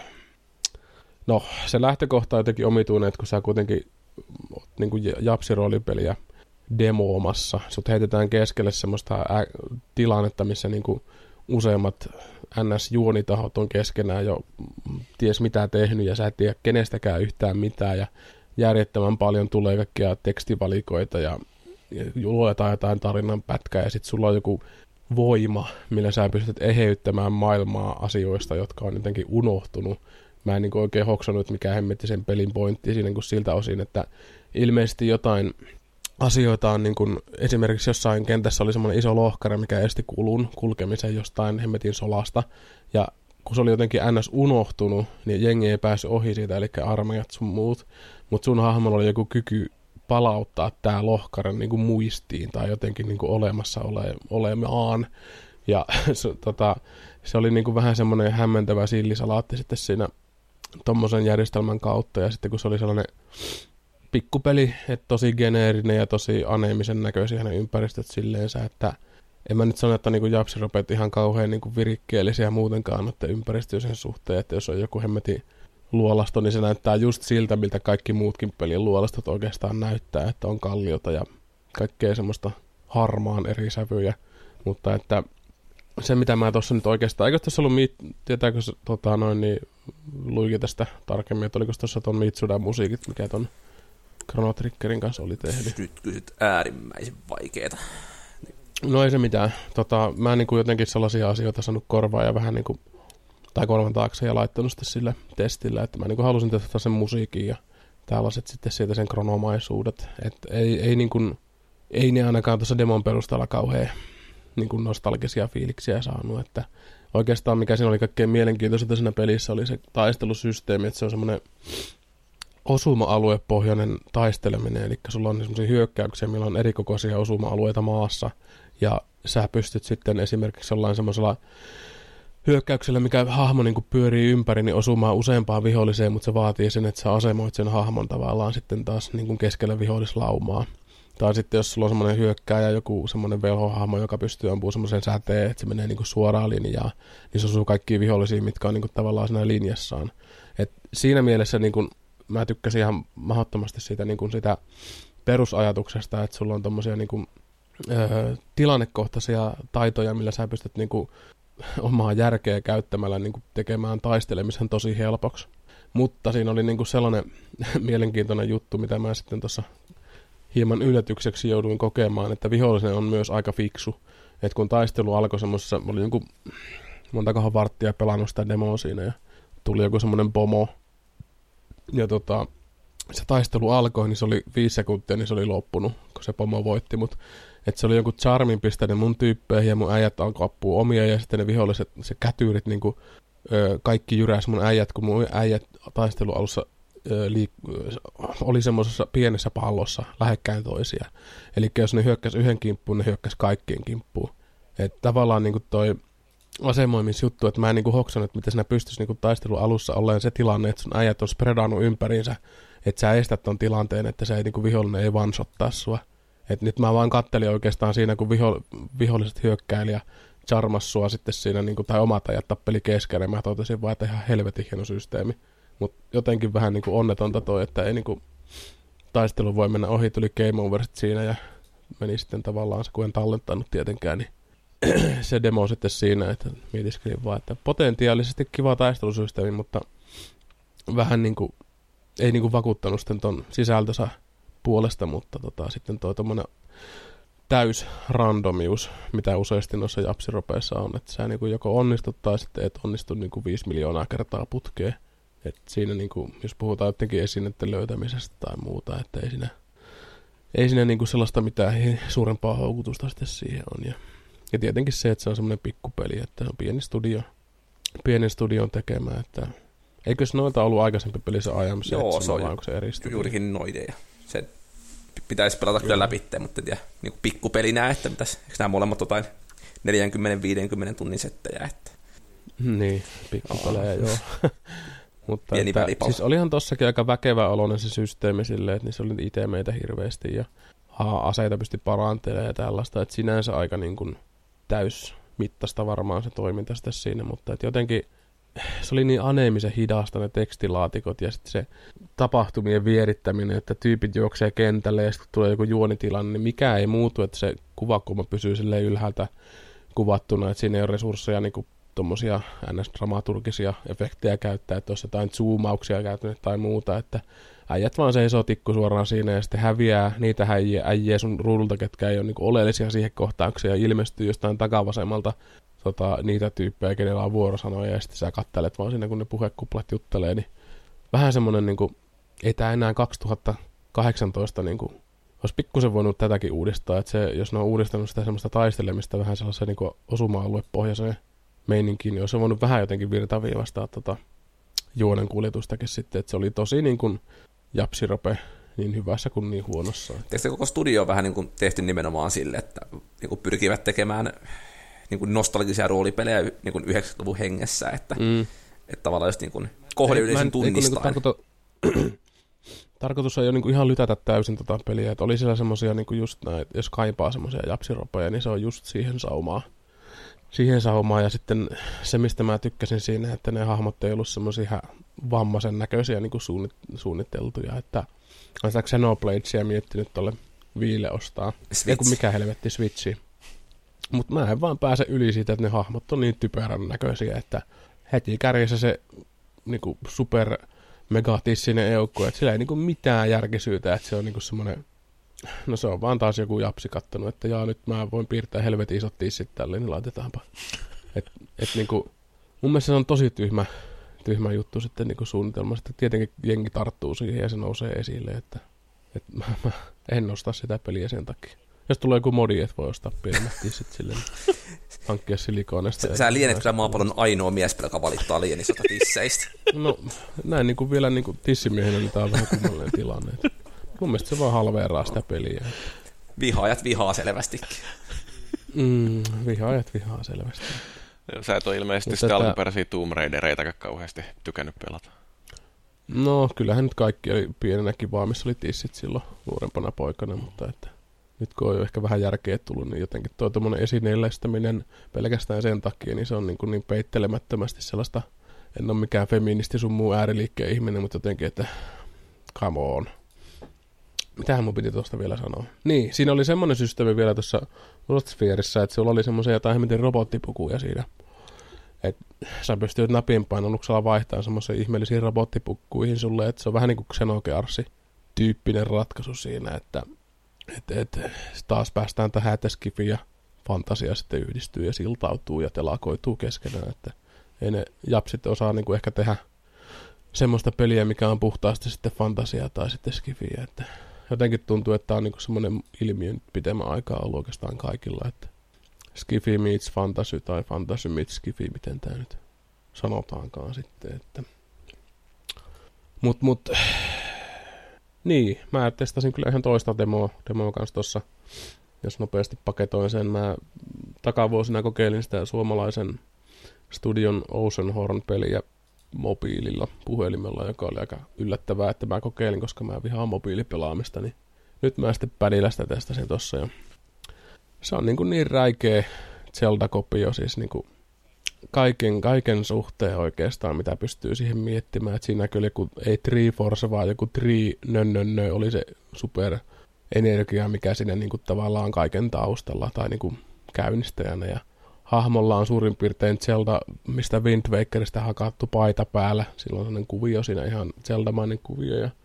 Speaker 2: no se lähtökohta on jotenkin omituinen, että kun sä kuitenkin oot niin kuin japsiroolipeliä demoomassa, sut heitetään keskelle semmoista ä- tilannetta, missä niin kuin useimmat N S-juonitahot on keskenään jo ties mitä tehnyt ja sä et tiedä kenestäkään yhtään mitään ja järjettömän paljon tulee kaikkia tekstivalikoita ja, ja luetaan jotain tarinan pätkää ja sit sulla on joku voima, millä sä pystyt eheyttämään maailmaa asioista, jotka on jotenkin unohtunut. Mä en niin oikein hoksannut, mikä hemmetti sen pelin pointti siinä niin siltä osin, että ilmeisesti jotain asioita on niin kuin, esimerkiksi jossain kentässä oli semmoinen iso lohkare, mikä esti kulun kulkemisen jostain hemmetin solasta, ja kun se oli jotenkin ns. Unohtunut, niin jengi ei päässyt ohi siitä, eli armeijat sun muut, mutta sun hahmolla oli joku kyky palauttaa tää lohkare niin kuin muistiin, tai jotenkin niin kuin olemassa ole, olemaan, ja se, tota, se oli niin kuin vähän semmoinen hämmentävä sillisalaatti sitten siinä tommosen järjestelmän kautta, ja sitten kun se oli sellainen pikkupeli, että tosi geneerinen ja tosi aneemisen näköisiä ne ympäristöt silleensä, että en mä nyt sano, että niinku japsiropeet ihan kauhean niinku virikkeellisiä muutenkaan noiden ympäristöjen sen suhteen, että jos on joku hemmetin luolasto, niin se näyttää just siltä, miltä kaikki muutkin pelien luolastot oikeastaan näyttää, että on kalliota ja kaikkea semmoista harmaan eri sävyjä, mutta että se mitä mä tuossa nyt oikeastaan, eikö tässä ollut, tietääkö tota, noin, niin luikin tästä tarkemmin, että oliko tuossa ton Mitsudan musiikit, mikä ton Chrono Triggerin kanssa oli tehnyt?
Speaker 3: Nyt kysyt äärimmäisen vaikeeta.
Speaker 2: No ei se mitään. Tota, mä en niin kuin jotenkin sellaisia asioita saanut korvaa ja vähän niin kuin, tai korvan taakse ja laittanut sitten sillä testillä, että mä niin kuin halusin testata sen musiikin ja tällaiset sitten siitä sen kronomaisuudet. Että ei, ei, niin kuin, ei ne ainakaan tuossa demon perusteella kauhean niin kuin nostalgisia fiiliksiä saanut. Että oikeastaan mikä siinä oli kaikkein mielenkiintoisinta siinä pelissä oli se taistelusysteemi, että se on semmoinen osuma-aluepohjainen taisteleminen, eli sulla on semmoisia hyökkäyksiä, millä on erikokoisia osuma-alueita maassa, ja sä pystyt sitten esimerkiksi jollain semmoisella hyökkäyksellä, mikä hahmo niin kuin pyörii ympäri, niin osumaan useampaan viholliseen, mutta se vaatii sen, että sä asemoit sen hahmon tavallaan sitten taas niin kuin keskellä vihollislaumaa. Tai sitten jos sulla on semmoinen hyökkääjä, joku semmoinen velhohahmo, joka pystyy ampumaan semmoisen säteen, että se menee niin kuin suoraan linjaan, niin se osuu kaikkiin vihollisiin, mitkä on niin kuin tavallaan siinä linjassaan. Et siinä mielessä niin kuin mä tykkäsin ihan mahdottomasti siitä, niin kuin sitä perusajatuksesta, että sulla on tommosia niin kuin, ö, tilannekohtaisia taitoja, millä sä pystyt niin kuin, omaa järkeä käyttämällä niin kuin, tekemään taistelemisen tosi helpoksi. Mutta siinä oli niin kuin sellainen mielenkiintoinen juttu, mitä mä sitten tuossa hieman yllätykseksi jouduin kokemaan, että vihollinen on myös aika fiksu. Että kun taistelu alkoi semmoisessa, oli joku montakohan varttia pelannut sitä demoa siinä ja tuli joku semmoinen pomo. Ja tota, se taistelu alkoi, niin se oli viisi sekuntia, niin se oli loppunut, kun se pomo voitti. Mutta että se oli joku charmin pistäinen mun tyyppeihin ja mun äijät alkoi appua omia ja sitten ne viholliset, se kätyyrit, niin kuin, ö, kaikki jyräs mun äijät, kun mun äijät taistelu alussa ö, liik- ö, oli semmoisessa pienessä pallossa lähekkäin toisiaan. Eli jos ne hyökkäs yhden kimppuun, ne hyökkäs kaikkien kimppuun. Että tavallaan niin kuin toi asemoimisjuttu, että mä en niinku hoksannut, että miten sinä pystyisi niinku taistelun alussa olleen se tilanne, että sun äijät on spreadannut ympäriinsä, että sä estät ton tilanteen, että se ei, niinku vihollinen ei vansottaa sua. Et nyt mä vaan kattelin oikeastaan siinä, kun viho, viholliset hyökkäili ja charmas sua sitten siinä, niinku, tai omat ajat tappeli keskellä, mä totesin vaan, että ihan helvetin hieno systeemi. Mutta jotenkin vähän niinku onnetonta toi, että ei niinku taistelu voi mennä ohi, tuli game oversit siinä ja meni sitten tavallaan se, kun en tallentanut tietenkään, niin se demo sitten siinä, että mietiskelin vaan, että potentiaalisesti kiva taistelusysteemi, mutta vähän niin kuin, ei niin kuin vakuuttanut sitten ton sisältönsä puolesta, mutta tota, sitten toi tommonen täys randomius, mitä useasti noissa japsiropeissa on, että sä niin kuin joko onnistut tai sitten et onnistu niin kuin viisi miljoonaa kertaa putkeen. Et siinä niin kuin, jos puhutaan jotenkin esineiden löytämisestä tai muuta, että ei siinä, ei siinä niin kuin sellaista mitään suurempaa houkutusta sitten siihen on. Ja Ja tietenkin se, että se on semmoinen pikkupeli, että se on pieni studio, pienen studion tekemä, että eikös noita ollut aikaisempi peli se I Am Set?
Speaker 3: Joo, se on
Speaker 2: vai onko se eri studio?
Speaker 3: Juurikin noiden. Se pitäisi pelata kyllä läpi, mutta en tiedä, niin kuin pikkupelinä, että mitäs, eikö nämä molemmat jotain neljäkymmentä viisikymmentä tunnin settejä, että
Speaker 2: niin, pikkupelejä, joo. Mutta
Speaker 3: pieni
Speaker 2: että,
Speaker 3: välipala.
Speaker 2: siis olihan tossakin aika väkevä oloinen se systeemi silleen, että niin se oli itse meitä hirveästi ja aseita pystyi parantelemaan ja tällaista, että sinänsä aika niin kuin täysmittaista varmaan se toiminta sitten siinä, mutta että jotenkin se oli niin aneemisen hidasta ne tekstilaatikot ja sitten se tapahtumien vierittäminen, että tyypit juoksee kentälle ja sitten tulee joku juonitilanne, niin mikä ei muutu, että se kuvakulma pysyy silleen ylhäältä kuvattuna, että siinä ei ole resursseja niin kuin tommosia ns. Dramaturgisia efektejä käyttää, että olisi jotain zoomauksia käyttänyt tai muuta, että äijät vaan seisoo tikku suoraan siinä ja sitten häviää niitä äijä, äijä sun ruudulta, ketkä ei ole niin kuin oleellisia siihen kohtaukseen ja ilmestyy jostain takavasemmalta tota, niitä tyyppejä, kenellä on vuorosanoja ja sitten sä kattelet vaan siinä, kun ne puhekuplat juttelee, niin vähän semmoinen, niin kuin, ei tää enää kaksituhattakahdeksantoista niin kuin, olisi pikkusen voinut tätäkin uudistaa, että se, jos ne on uudistanut sitä semmoista taistelemista vähän sellaisen niin osuma-aluepohjaiseen meininkiin, niin olisi voinut vähän jotenkin virtaviivastaa tota juonen kuljetustakin sitten, että se oli tosi niin kuin japsirope niin hyvässä kuin niin huonossa.
Speaker 3: Tietysti koko studio on vähän niin kuin tehty nimenomaan sille, että niin kuin pyrkivät tekemään niin kuin nostalgisia roolipelejä niin kuin yhdeksänkymmentäluvun hengessä, että, mm. että tavallaan just niin kuin kohdeyleisön tunnistaen.
Speaker 2: Niinku tarkoitus ei ole niinku ihan lytätä täysin tota peliä, että oli siellä semmosia niinku just näitä, jos kaipaa semmosia japsiropoja, niin se on just siihen saumaan. Siihen saumaan, ja sitten se, mistä mä tykkäsin siinä, että ne hahmot ei ollut semmosia ihan vammaisen näköisiä niinku suunnit- suunniteltuja, että on sitä Xenobladesia miettinyt tolle Viille ostaa. Ei kun mikä helvetti Switchi. Mutta mä en vaan pääse yli siitä, että ne hahmot on niin typerän näköisiä, että heti kärjessä se niinku super megatissinen eukko, että sillä ei niinku mitään järkisyytä, että se on niinku semmoinen, no se on vaan taas joku japsi kattonut, että jaa nyt mä voin piirtää helvetin isot tissit tälleen, niin laitetaanpa. Et, et niinku, mun mielestä se on tosi tyhmä, tyhmä juttu sitten niinku suunnitelmasta, että tietenkin jengi tarttuu siihen ja se nousee esille, että et mä, mä en osta sitä peliä sen takia. Jos tulee joku modi, että voi ostaa pienemmät tissit silleen, hankkia silikoonesta.
Speaker 3: Sä, sä lienet kyllä maapallon ainoa mies, joka valittaa liian isolta tisseistä.
Speaker 2: No näin niin kuin vielä niin kuin tissimiehenä, niin tää on vähän kummallinen tilanne. Mun mielestä se vaan halveeraa sitä peliä.
Speaker 3: Vihaajat vihaa selvästikin.
Speaker 2: Mm, vihaajat vihaa selvästi.
Speaker 1: Sä et ole ilmeisesti sitä alkuperäisiä Tomb Raidereitakaan kauheasti tykännyt pelata.
Speaker 2: No kyllähän nyt kaikki oli pienenäkin vaan, missä oli tissit silloin nuorempana poikana, mutta että nyt kun on jo ehkä vähän järkeä tullut, niin jotenkin tuo tommonen esineellistäminen pelkästään sen takia, niin se on niin, kuin niin peittelemättömästi sellaista, en ole mikään feministi sun muu ääriliikkeen ihminen, mutta jotenkin, että come on. Mitähän mun piti tuosta vielä sanoa? Niin, siinä oli semmoinen systeemi vielä tuossa Lost Sphereissä, että sulla oli semmoisia jotain hemmetin robottipukuja siinä. Että sä pystyt napin painalluksella vaihtamaan semmoisiin ihmeellisiin robottipukkuihin sulle, että se on vähän niin kuin Xenogears-tyyppinen ratkaisu siinä, että et, et, taas päästään tähän, että skifi ja fantasia sitten yhdistyy ja siltautuu ja telakoituu keskenään, että ei ne japsit osaa niin kuin ehkä tehdä semmoista peliä, mikä on puhtaasti sitten fantasiaa tai sitten skifiä, että jotenkin tuntuu, että tämä on niin kuin semmoinen ilmiö nyt pitemmän aikaa ollut oikeastaan kaikilla, että skifi meets fantasy tai fantasy meets skifi, miten tämä nyt sanotaankaan sitten, että mut mut niin, mä testasin kyllä ihan toista demoa, demoa kanssa tossa, jos nopeasti paketoin sen. Mä takavuosina kokeilin sitä suomalaisen studion Oceanhorn-peliä mobiililla, puhelimella, joka oli aika yllättävää, että mä kokeilin, koska mä vihaan mobiilipelaamista, niin nyt mä sitten pädillä sitä testasin tossa. Ja se on niin, kuin niin räikeä Zelda-kopio, siis niin kuin kaiken, kaiken suhteen oikeastaan, mitä pystyy siihen miettimään. Että siinä kyllä joku, ei Triforce, vaan joku Tri nönnönnö oli se superenergia, mikä siinä niin kuin tavallaan kaiken taustalla tai niin kuin käynnistäjänä. Ja hahmolla on suurin piirtein Zelda, mistä Wind Wakerista hakattu paita päällä. Sillä on sellainen kuvio siinä, ihan Zelda-mainen kuvio. Ja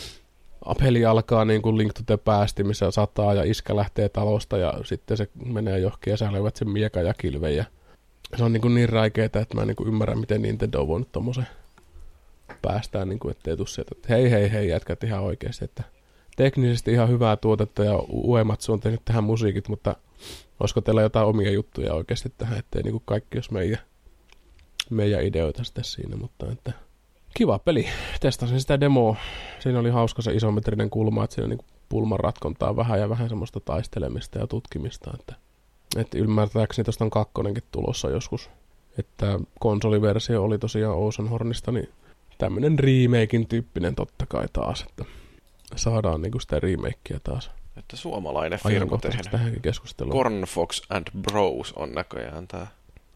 Speaker 2: peli alkaa niin kuin Link to the Past, missä sataa ja iskä lähtee talosta ja sitten se menee johonkin ja sä löydät sen miekan ja kilven. Ja se on niin, kuin niin räikeetä, että mä en niin kuin ymmärrä, miten Nintendo on voinut tommosen päästään, niin kuin, ettei tuu sieltä, että hei hei hei jätkät ihan oikeasti, että teknisesti ihan hyvää tuotetta ja Uematsu on tehnyt tähän musiikit, mutta olisiko teillä jotain omia juttuja oikeasti tähän, ettei niin kuin kaikki olisi meidän, meidän ideoita sitten siinä, mutta että kiva peli. Testasin sitä demoa. Siinä oli hauska se isometrinen kulma, että siinä niin kuin pulman ratkontaa vähän ja vähän semmoista taistelemista ja tutkimista, että että ymmärtääkseni tuosta on kakkonenkin tulossa joskus. Että konsoliversio oli tosiaan Oceanhornista, niin tämmönen remakein tyyppinen totta kai taas, että saadaan niinku sitä remakea taas.
Speaker 1: Että suomalainen firma tehnyt.
Speaker 2: Tähänkin keskusteluun.
Speaker 1: Cornfox and Bros on näköjään tää.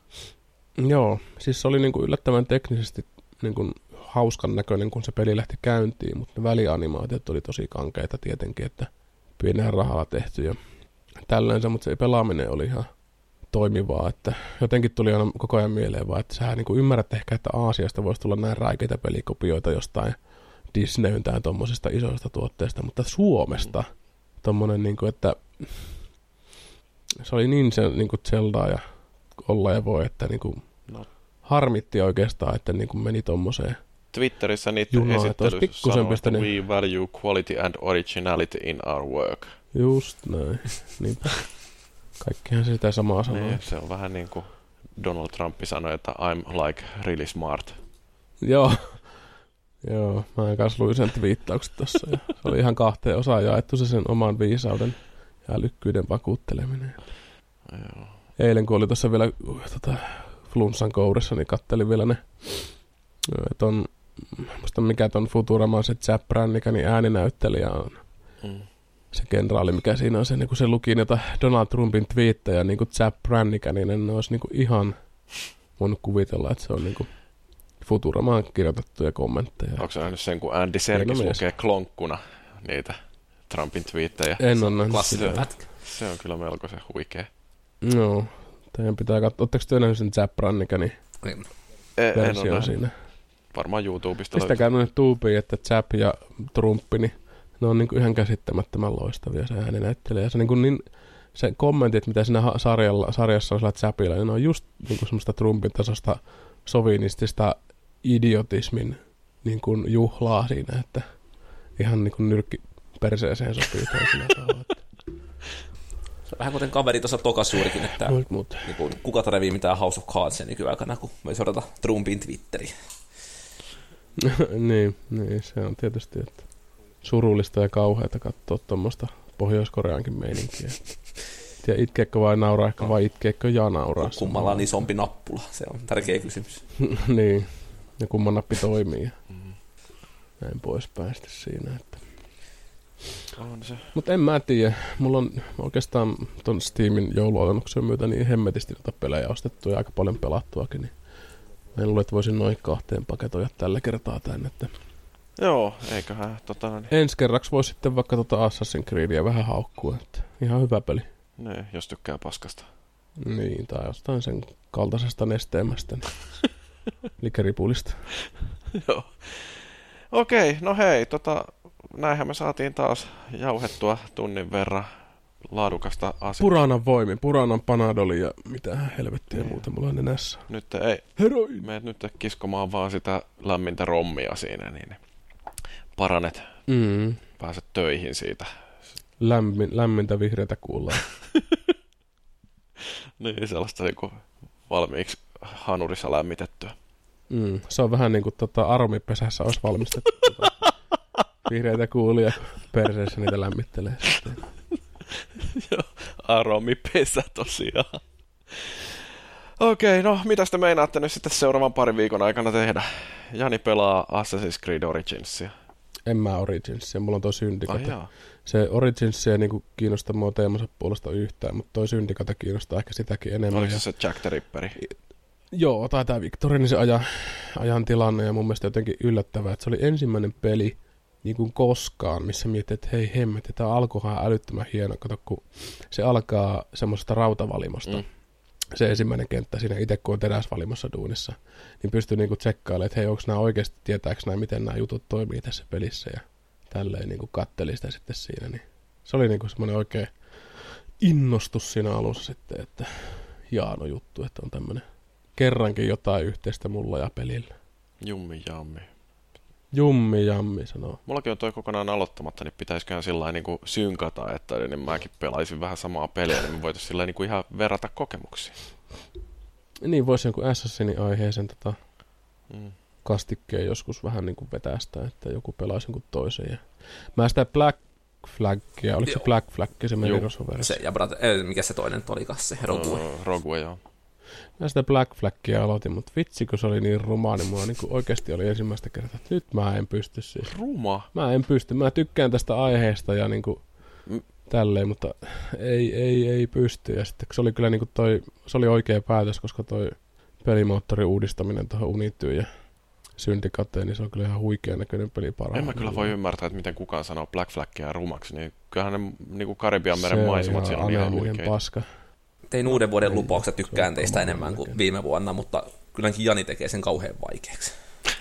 Speaker 2: Joo, siis se oli niinku yllättävän teknisesti niinku hauskan näköinen, kun se peli lähti käyntiin, mutta ne välianimaatiot oli tosi kankeita tietenkin, että pienellä rahalla tehty ja tällöin se, mutta se pelaaminen oli ihan toimivaa, että jotenkin tuli aina koko ajan mieleen vaan, että sä niin kuin ymmärrät ehkä, että Aasiasta voisi tulla näin räikeitä pelikopioita jostain Disneyn tai tommosista isoista tuotteista, mutta Suomesta tommonen niin kuin, että se oli niin se niin kuin Zelda ja olla ja voi, että niin kuin no. harmitti oikeastaan, että niin kuin meni tommoseen
Speaker 1: Twitterissä niiden esittelyssä sanoo, että we value quality and originality in our work.
Speaker 2: Just näin. Niinpä. Kaikkihan se sitä samaa sanoo.
Speaker 1: Niin, se on vähän niin kuin Donald Trump sanoi, että I'm like really smart.
Speaker 2: Joo. Joo, mä kanssa luin sen twiittaukset tossa. Ja se oli ihan kahteen osaan jaettu se sen oman viisauden ja älykkyyden vakuutteleminen.
Speaker 1: Joo.
Speaker 2: Eilen kun oli tuossa vielä uh, tota, flunssan kourissa, niin kattelin vielä ne ton musta mikä ton Futuraman se Zapp Branniganin ääninäyttelijä on. Mm. Se kenraali, mikä siinä on se, niin kun se luki niitä Donald Trumpin twiittejä, niin kuin Zapp Branniganin, niin ne olisi niin kuin ihan voinut kuvitella, että se on niin kuin Futuramaan kirjoitettuja kommentteja.
Speaker 1: Onko se nähnyt sen, kun Andy Serkis lukee klonkkuna niitä Trumpin twiittejä?
Speaker 2: En ole nähnyt
Speaker 3: sitä.
Speaker 1: Se on kyllä melkoisen huikea.
Speaker 2: No, teidän pitää katsoa. Oletteko te nähnyt sen Zapp Branniganin versio siinä?
Speaker 1: Varmaan YouTubesta.
Speaker 2: Pistäkää noin tuubiin, että Zapp ja Trumpi, niin ne on niin kuin ihan käsittämättömän loistavia se ääninäyttelijä. Se, niin kuin niin, se kommentit, mitä siinä sarjalla, sarjassa on sillä Zappilla, niin ne on just niin kuin semmoista Trumpin tasosta sovinistista idiotismin niin kuin juhlaa siinä, että ihan niin kuin nyrkki perseeseen sopii toisena tavalla.
Speaker 3: Se on vähän kuten kaveri tuossa Tokasuurikin, että niin kuin, kuka tarvii mitään House of Cardsia nykyaikana, kun voi seurata Trumpin Twitteriä.
Speaker 2: niin, niin, se on tietysti että surullista ja kauheata katsoa tuommoista Pohjois-Koreankin meininkiä. Ja itkeekö vai nauraa, ehkä vai itkeekö ja nauraa.
Speaker 3: Kummalla on isompi nappula, se on tärkeä kysymys.
Speaker 2: niin, ja kumman nappi toimii. Mm. Näin poispäin sitten siinä. Että.
Speaker 1: On se.
Speaker 2: Mutta en mä tiedä. Mulla on oikeastaan ton Steamin joulualennuksen myötä niin hemmetisti noita pelejä ostettu ja aika paljon pelattuakin. Niin mä en luule, että voisin noin kahteen paketoja tällä kertaa tänne. Että
Speaker 1: joo, eiköhän. Tota, niin.
Speaker 2: Ensi kerraksi voi sitten vaikka tota Assassin's Creedia vähän haukkua. Että ihan hyvä peli.
Speaker 1: Ne, jos tykkää paskasta.
Speaker 2: Niin, tai jostain sen kaltaisesta nesteemästä. Niin. Likeripulista.
Speaker 1: Joo. Okei, no hei, tota, näinhän me saatiin taas jauhettua tunnin verran laadukasta asiaa.
Speaker 2: Puranan voimin, Puranan Panadoli ja mitä helvettiä ja muuta mulla on nenässä.
Speaker 1: Nyt ei,
Speaker 2: Heroin.
Speaker 1: meet nyt kiskomaan vaan sitä lämmintä rommia siinä, niin paranet,
Speaker 2: mm.
Speaker 1: pääset töihin siitä.
Speaker 2: Lämmin, lämmintä vihreätä kuullaan.
Speaker 1: niin, sellaista niin kuin valmiiksi hanurissa lämmitettyä.
Speaker 2: Mm. Se on vähän niin kuin tota, aromipesässä olisi valmistettu. tota, vihreitä kuulia, perseessä niitä lämmittelee sitten.
Speaker 1: Joo, aromipesä tosiaan. Okei, no mitäs te meinaatte nyt sitten seuraavan parin viikon aikana tehdä? Jani pelaa Assassin's Creed Originsia.
Speaker 2: En mä Originsia, mulla on toi Syndicate.
Speaker 1: Ai
Speaker 2: se Originsia ei niinku kiinnosta mua teemansa puolesta yhtään, mutta toi Syndicate kiinnostaa ehkä sitäkin enemmän.
Speaker 1: Oliko se Jack the Ripperi?
Speaker 2: Joo, tai tää Victorin niin se ajan, ajan tilanne ja mun mielestä jotenkin yllättävää, että se oli ensimmäinen peli niin kuin koskaan, missä mietit, että hei hemmet, tämä alkuhan älyttömän hieno, kato kun se alkaa semmoisesta rautavalimosta. Mm. Se ensimmäinen kenttä siinä itse, kun on teräsvalimossa duunissa, niin pystyy niinku tsekkailemaan, että hei, onko nämä oikeasti, tietääkö nämä, miten nämä jutut toimii tässä pelissä, ja tälleen niinku katteli sitä sitten siinä. Niin se oli niinku semmoinen oikein innostus siinä alussa sitten, että hieno juttu, että on tämmöinen kerrankin jotain yhteistä mulla ja pelillä.
Speaker 1: Jummi jammi.
Speaker 2: Jummi jammi sanoo.
Speaker 1: Mullakin on toi kokonaan aloittamatta, niin pitäisiköhän sillä niin kuin synkata, että niin mäkin pelaisin vähän samaa peliä, niin me voitaisiin sillä niin kuin ihan verrata kokemuksia.
Speaker 2: Niin, voisi jonkun Assassinin aiheisen tota, mm. kastikkeen joskus vähän niin kuin vetää sitä, että joku pelaisi jonkun toisen. Ja mä sitä Black Flagia, oliko joo. se Black Flag, se meni Rosoverissa?
Speaker 3: Se, ja brat, eh, mikä se toinen olikas, se Rogue?
Speaker 1: No, Rogue, joo.
Speaker 2: Mä sitä Black Flagia aloitin, mutta vitsi, kun se oli niin rumaa, niin mulla niin oikeasti oli ensimmäistä kertaa, että nyt mä en pysty siis.
Speaker 1: Ruma?
Speaker 2: Mä en pysty. Mä tykkään tästä aiheesta ja niin kuin mm. tälleen, mutta ei, ei, ei pysty. Ja sitten se oli kyllä niin kuin toi, se oli oikea päätös, koska toi pelimoottorin uudistaminen tuohon Unityyn ja Syndicateen, niin se on kyllä ihan huikean näköinen peli parhaan.
Speaker 1: En mä kyllä voi ymmärtää, että miten kukaan sanoo Black Flagia rumaksi, niin kyllähän ne niin kuin Karibian meren maisemat siellä on ihan huikeita.
Speaker 2: Paska.
Speaker 3: Tein uuden vuoden lupaukset, tykkään teistä enemmän kuin viime vuonna, mutta kylläkin Jani tekee sen kauhean vaikeaksi.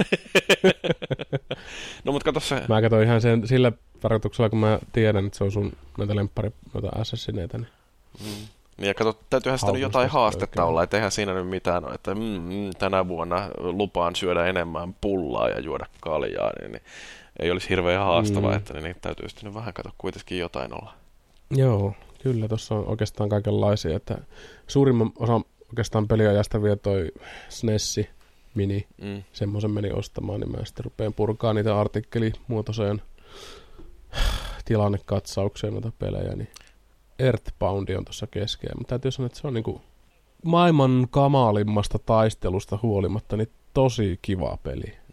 Speaker 1: No mut kato se.
Speaker 2: Mä katsoin ihan sen sillä varoituksella, kun mä tiedän, että se on sun noita lemppari, noita assassineita. Niin.
Speaker 1: Mm. Ja kato, täytyyhän sitä nyt jotain haastetta oikein olla, että eihän siinä nyt mitään ole, että mm, tänä vuonna lupaan syödä enemmän pullaa ja juoda kaljaa, niin, niin ei olisi hirveän haastavaa, mm. että niin, niin täytyy sitten nyt vähän kato kuitenkin jotain olla.
Speaker 2: Joo. Kyllä, tuossa on oikeastaan kaikenlaisia, että suurimman osan oikeastaan peliajasta vie toi S N E S Mini, mm. semmoisen meni ostamaan, niin mä sitten rupean purkaa niitä artikkelimuotoiseen tilannekatsaukseen noita pelejä, niin Earthbound on tuossa keskellä, mutta täytyy sanoa, että se on niinku maailman kamalimmasta taistelusta huolimatta niin tosi kiva peli. Mm.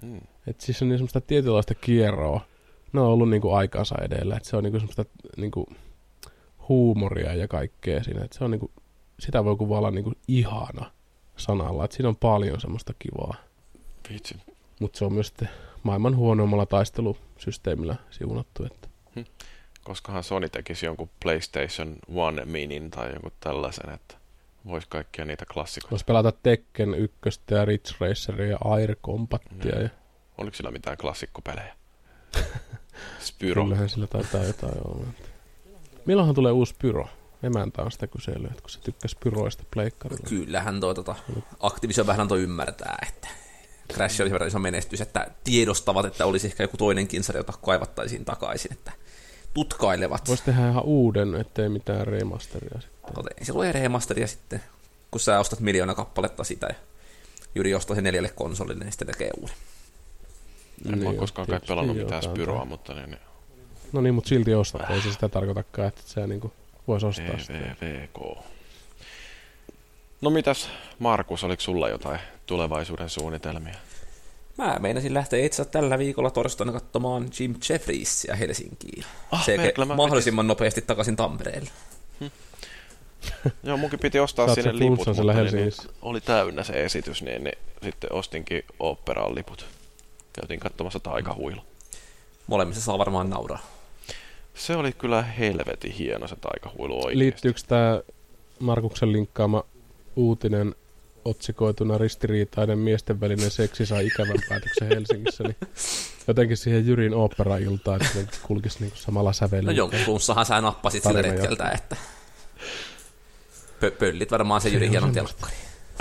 Speaker 2: Että siis on niin semmoista tietynlaista kierroa. Ne on ollut niinku aikaansa edellä. Että se on niinku semmoista niinku huumoria ja kaikkea siinä. Että se on niinku, sitä voi kuvailla niinku ihana sanalla. Että siinä on paljon semmoista kivaa.
Speaker 1: Vitsi.
Speaker 2: Mutta se on myös sitten maailman huonoimmalla taistelusysteemillä siunattu. Että.
Speaker 1: Hm. Koskahan Sony tekisi jonkun PlayStation One Minin tai joku tällaisen, että voisi kaikkia niitä klassikoita.
Speaker 2: Voisi pelata Tekken ykköstä ja Ridge Raceria ja Air Combatia. Mm. Ja...
Speaker 1: Oliko sillä mitään klassikkopelejä? Spyro.
Speaker 2: Kyllähän sillä taitaa jotain olla. Milloinhan tulee uusi Spyro? Emäntä on sitä kyselyä, kun se tykkäsi Spyroista pleikkarilla.
Speaker 3: Kyllähän toi tota, Activision vähän antoi ymmärtää, että Crash oli verran iso menestys, että tiedostavat, että olisi ehkä joku toinen kinsari, jota kaivattaisiin takaisin, että tutkailevat.
Speaker 2: Voisi tehdä ihan uuden, ettei mitään remasteria sitten.
Speaker 3: Tote, se tulee remasteria sitten, kun sä ostat miljoona kappaletta sitä ja Jyri ostaa sen neljälle konsolille, niin sitten tekee uuden.
Speaker 1: En niin, ole koskaan kai pelannut mitään Spyroa, mutta niin...
Speaker 2: No niin, mutta silti ostat. Äh. Ei se sitä tarkoitakaan, että sä niinku vois ostaa
Speaker 1: V V V K.
Speaker 2: sitä.
Speaker 1: No mitäs, Markus, oliko sulla jotain tulevaisuuden suunnitelmia?
Speaker 3: Mä meinasin lähteä itse tällä viikolla torstaina katsomaan Jim Jeffriesia Helsinkiin.
Speaker 1: Ah,
Speaker 3: se
Speaker 1: perkele,
Speaker 3: mahdollisimman
Speaker 1: pitis...
Speaker 3: nopeasti takaisin Tampereelle.
Speaker 1: Hm. Joo, munkin piti ostaa sinne liput, mutta niin, oli täynnä se esitys, niin, niin sitten ostinkin oopperaan liput. Käytiin katsomassa Taikahuilu.
Speaker 3: Molemmissa saa varmaan nauraa.
Speaker 1: Se oli kyllä helvetin hieno se Taikahuilu oikeesti.
Speaker 2: Liittyykö tämä Markuksen linkkaama uutinen otsikoituna ristiriitainen miesten välinen seksi sai ikävän päätöksen Helsingissä, niin jotenkin siihen Jyrin oopperailtaan, että ne kulkisi niinku samalla sävelyllä.
Speaker 3: No jonkun flunssahan sä nappasit sillä retkeltä, jo. Että Pö- pöllit varmaan se Jyrin hienon telkkari.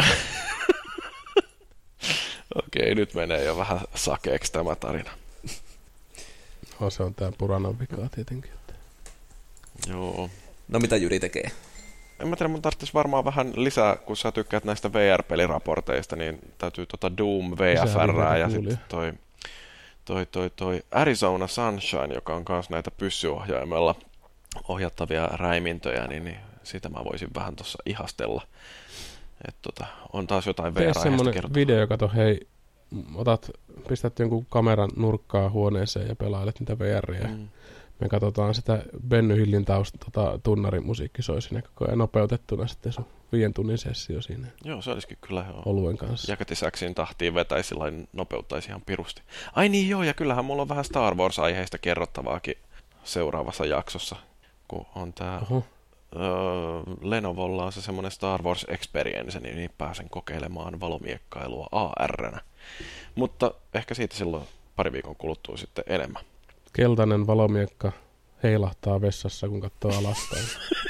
Speaker 1: Okei, nyt menee jo vähän sakeeksi tämä tarina.
Speaker 2: No, se on tää Puranan vikaa tietenkin.
Speaker 1: Joo.
Speaker 3: No mitä Jyri tekee?
Speaker 1: En mä tiedä, mun tarvitsisi varmaan vähän lisää, kun sä tykkäät näistä V R-peliraporteista, niin täytyy tota Doom V F R ja sitten toi, toi, toi, toi Arizona Sunshine, joka on myös näitä pyssyohjaimella ohjattavia räimintöjä, niin, niin sitä mä voisin vähän tuossa ihastella. Että tota, on taas jotain V R-aiheesta
Speaker 2: kertoa. Tee semmonen video, kato, hei, otat, pistät jonkun kameran nurkkaa huoneeseen ja pelailet niitä V R:iä. Mm. Me katsotaan sitä Benny Hillin taust, tota, tunnarin musiikki soi siinä koko ajan nopeutettuna sitten sun viiden tunnin sessio siinä.
Speaker 1: Joo, se olisikin kyllä joo.
Speaker 2: Oluen kanssa.
Speaker 1: Jäkätisäksiin tahtiin vetäisi sillain nopeuttaisi ihan pirusti. Ai niin joo, ja kyllähän mulla on vähän Star Wars-aiheista kerrottavaakin seuraavassa jaksossa, kun on tää uh-huh. öö, Lenovolla on se semmonen Star Wars Experience, niin, niin pääsen kokeilemaan valomiekkailua A R:nä. Mutta ehkä siitä silloin pari viikon kuluttua sitten enemmän.
Speaker 2: Keltainen valomiekka heilahtaa vessassa, kun katsoo alaspäin.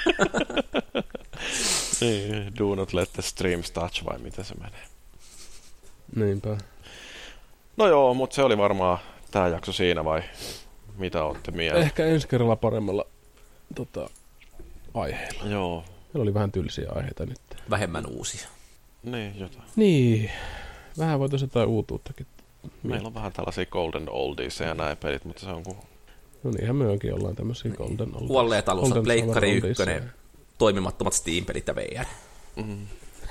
Speaker 1: Niin, do not let the streams touch, vai miten se menee?
Speaker 2: Niinpä.
Speaker 1: No joo, mutta se oli varmaan tää jakso siinä, vai mitä ootte mieltä?
Speaker 2: Ehkä ensi kerralla paremmalla tota, aiheella.
Speaker 1: Joo.
Speaker 2: Meillä oli vähän tylsiä aiheita nyt.
Speaker 3: Vähemmän uusia.
Speaker 1: Niin, jotain.
Speaker 2: Niin, vähän voitaisiin jotain uutuuttakin.
Speaker 1: Meillä on vähän tällaisia golden oldies ja näin pelit, mutta se on kuin...
Speaker 2: No niinhän me onkin ollaan tämmöisiä golden oldies.
Speaker 3: Kuolleet alussa, Pleikkari ykkönen, toimimattomat Steam-pelit ja V R.
Speaker 1: Mm.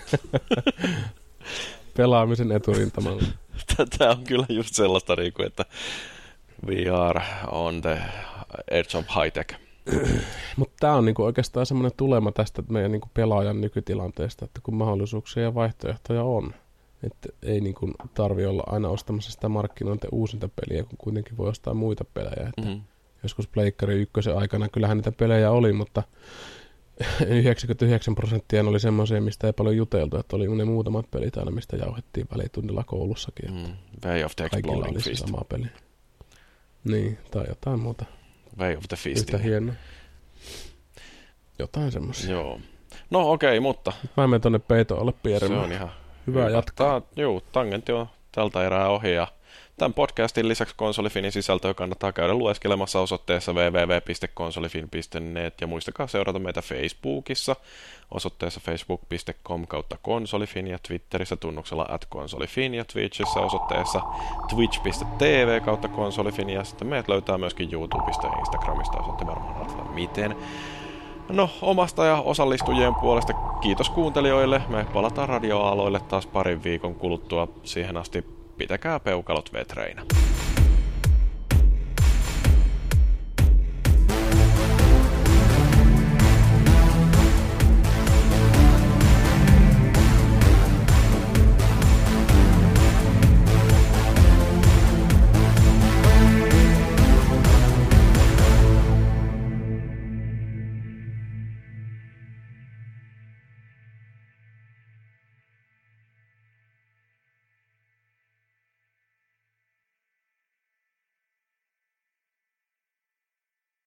Speaker 2: Pelaamisen eturintamalla.
Speaker 1: Tämä on kyllä just sellaista, että we are on the edge of high tech.
Speaker 2: Mutta tämä on niinku oikeastaan semmoinen tulema tästä meidän niinku pelaajan nykytilanteesta, että kun mahdollisuuksia ja vaihtoehtoja on. Että ei niinku tarvi olla aina ostamassa sitä markkinointia uusinta peliä, kun kuitenkin voi ostaa muita pelejä. Että mm-hmm. Joskus Pleikkari ykkösen aikana kyllähän niitä pelejä oli, mutta yhdeksänkymmentäyhdeksän prosenttia oli semmoisia, mistä ei paljon juteltu, että oli ne muutamat pelit aina, mistä jauhettiin välitunnilla koulussakin.
Speaker 1: Mm. Way of the Exploding Fist.
Speaker 2: Sama peli. Niin, tai jotain muuta.
Speaker 1: Way of the Fist.
Speaker 2: Yhtä hienoa. Jotain semmoisia.
Speaker 1: Joo. No okei, okay, mutta...
Speaker 2: Mä menen tonne peitoon alle pieremään.
Speaker 1: Se on ihan
Speaker 2: hyvä, hyvä. jatkaa.
Speaker 1: Joo, tangentti on tältä erää ohi ja tämän podcastin lisäksi Konsolifinin sisältöä kannattaa käydä lueskelemassa osoitteessa double-u double-u double-u piste konsolifin piste net ja muistakaa seurata meitä Facebookissa osoitteessa facebook piste com kautta konsolifin ja Twitterissä tunnuksella at konsolifin ja Twitchissä osoitteessa twitch piste tv kautta konsolifin ja sitten meidät löytää myöskin YouTubesta ja Instagramista, jos olette varmaan ajatella miten. No, omasta ja osallistujien puolesta kiitos kuuntelijoille. Me palataan radioaaloille taas parin viikon kuluttua. Siihen asti pitäkää peukalot vetreinä.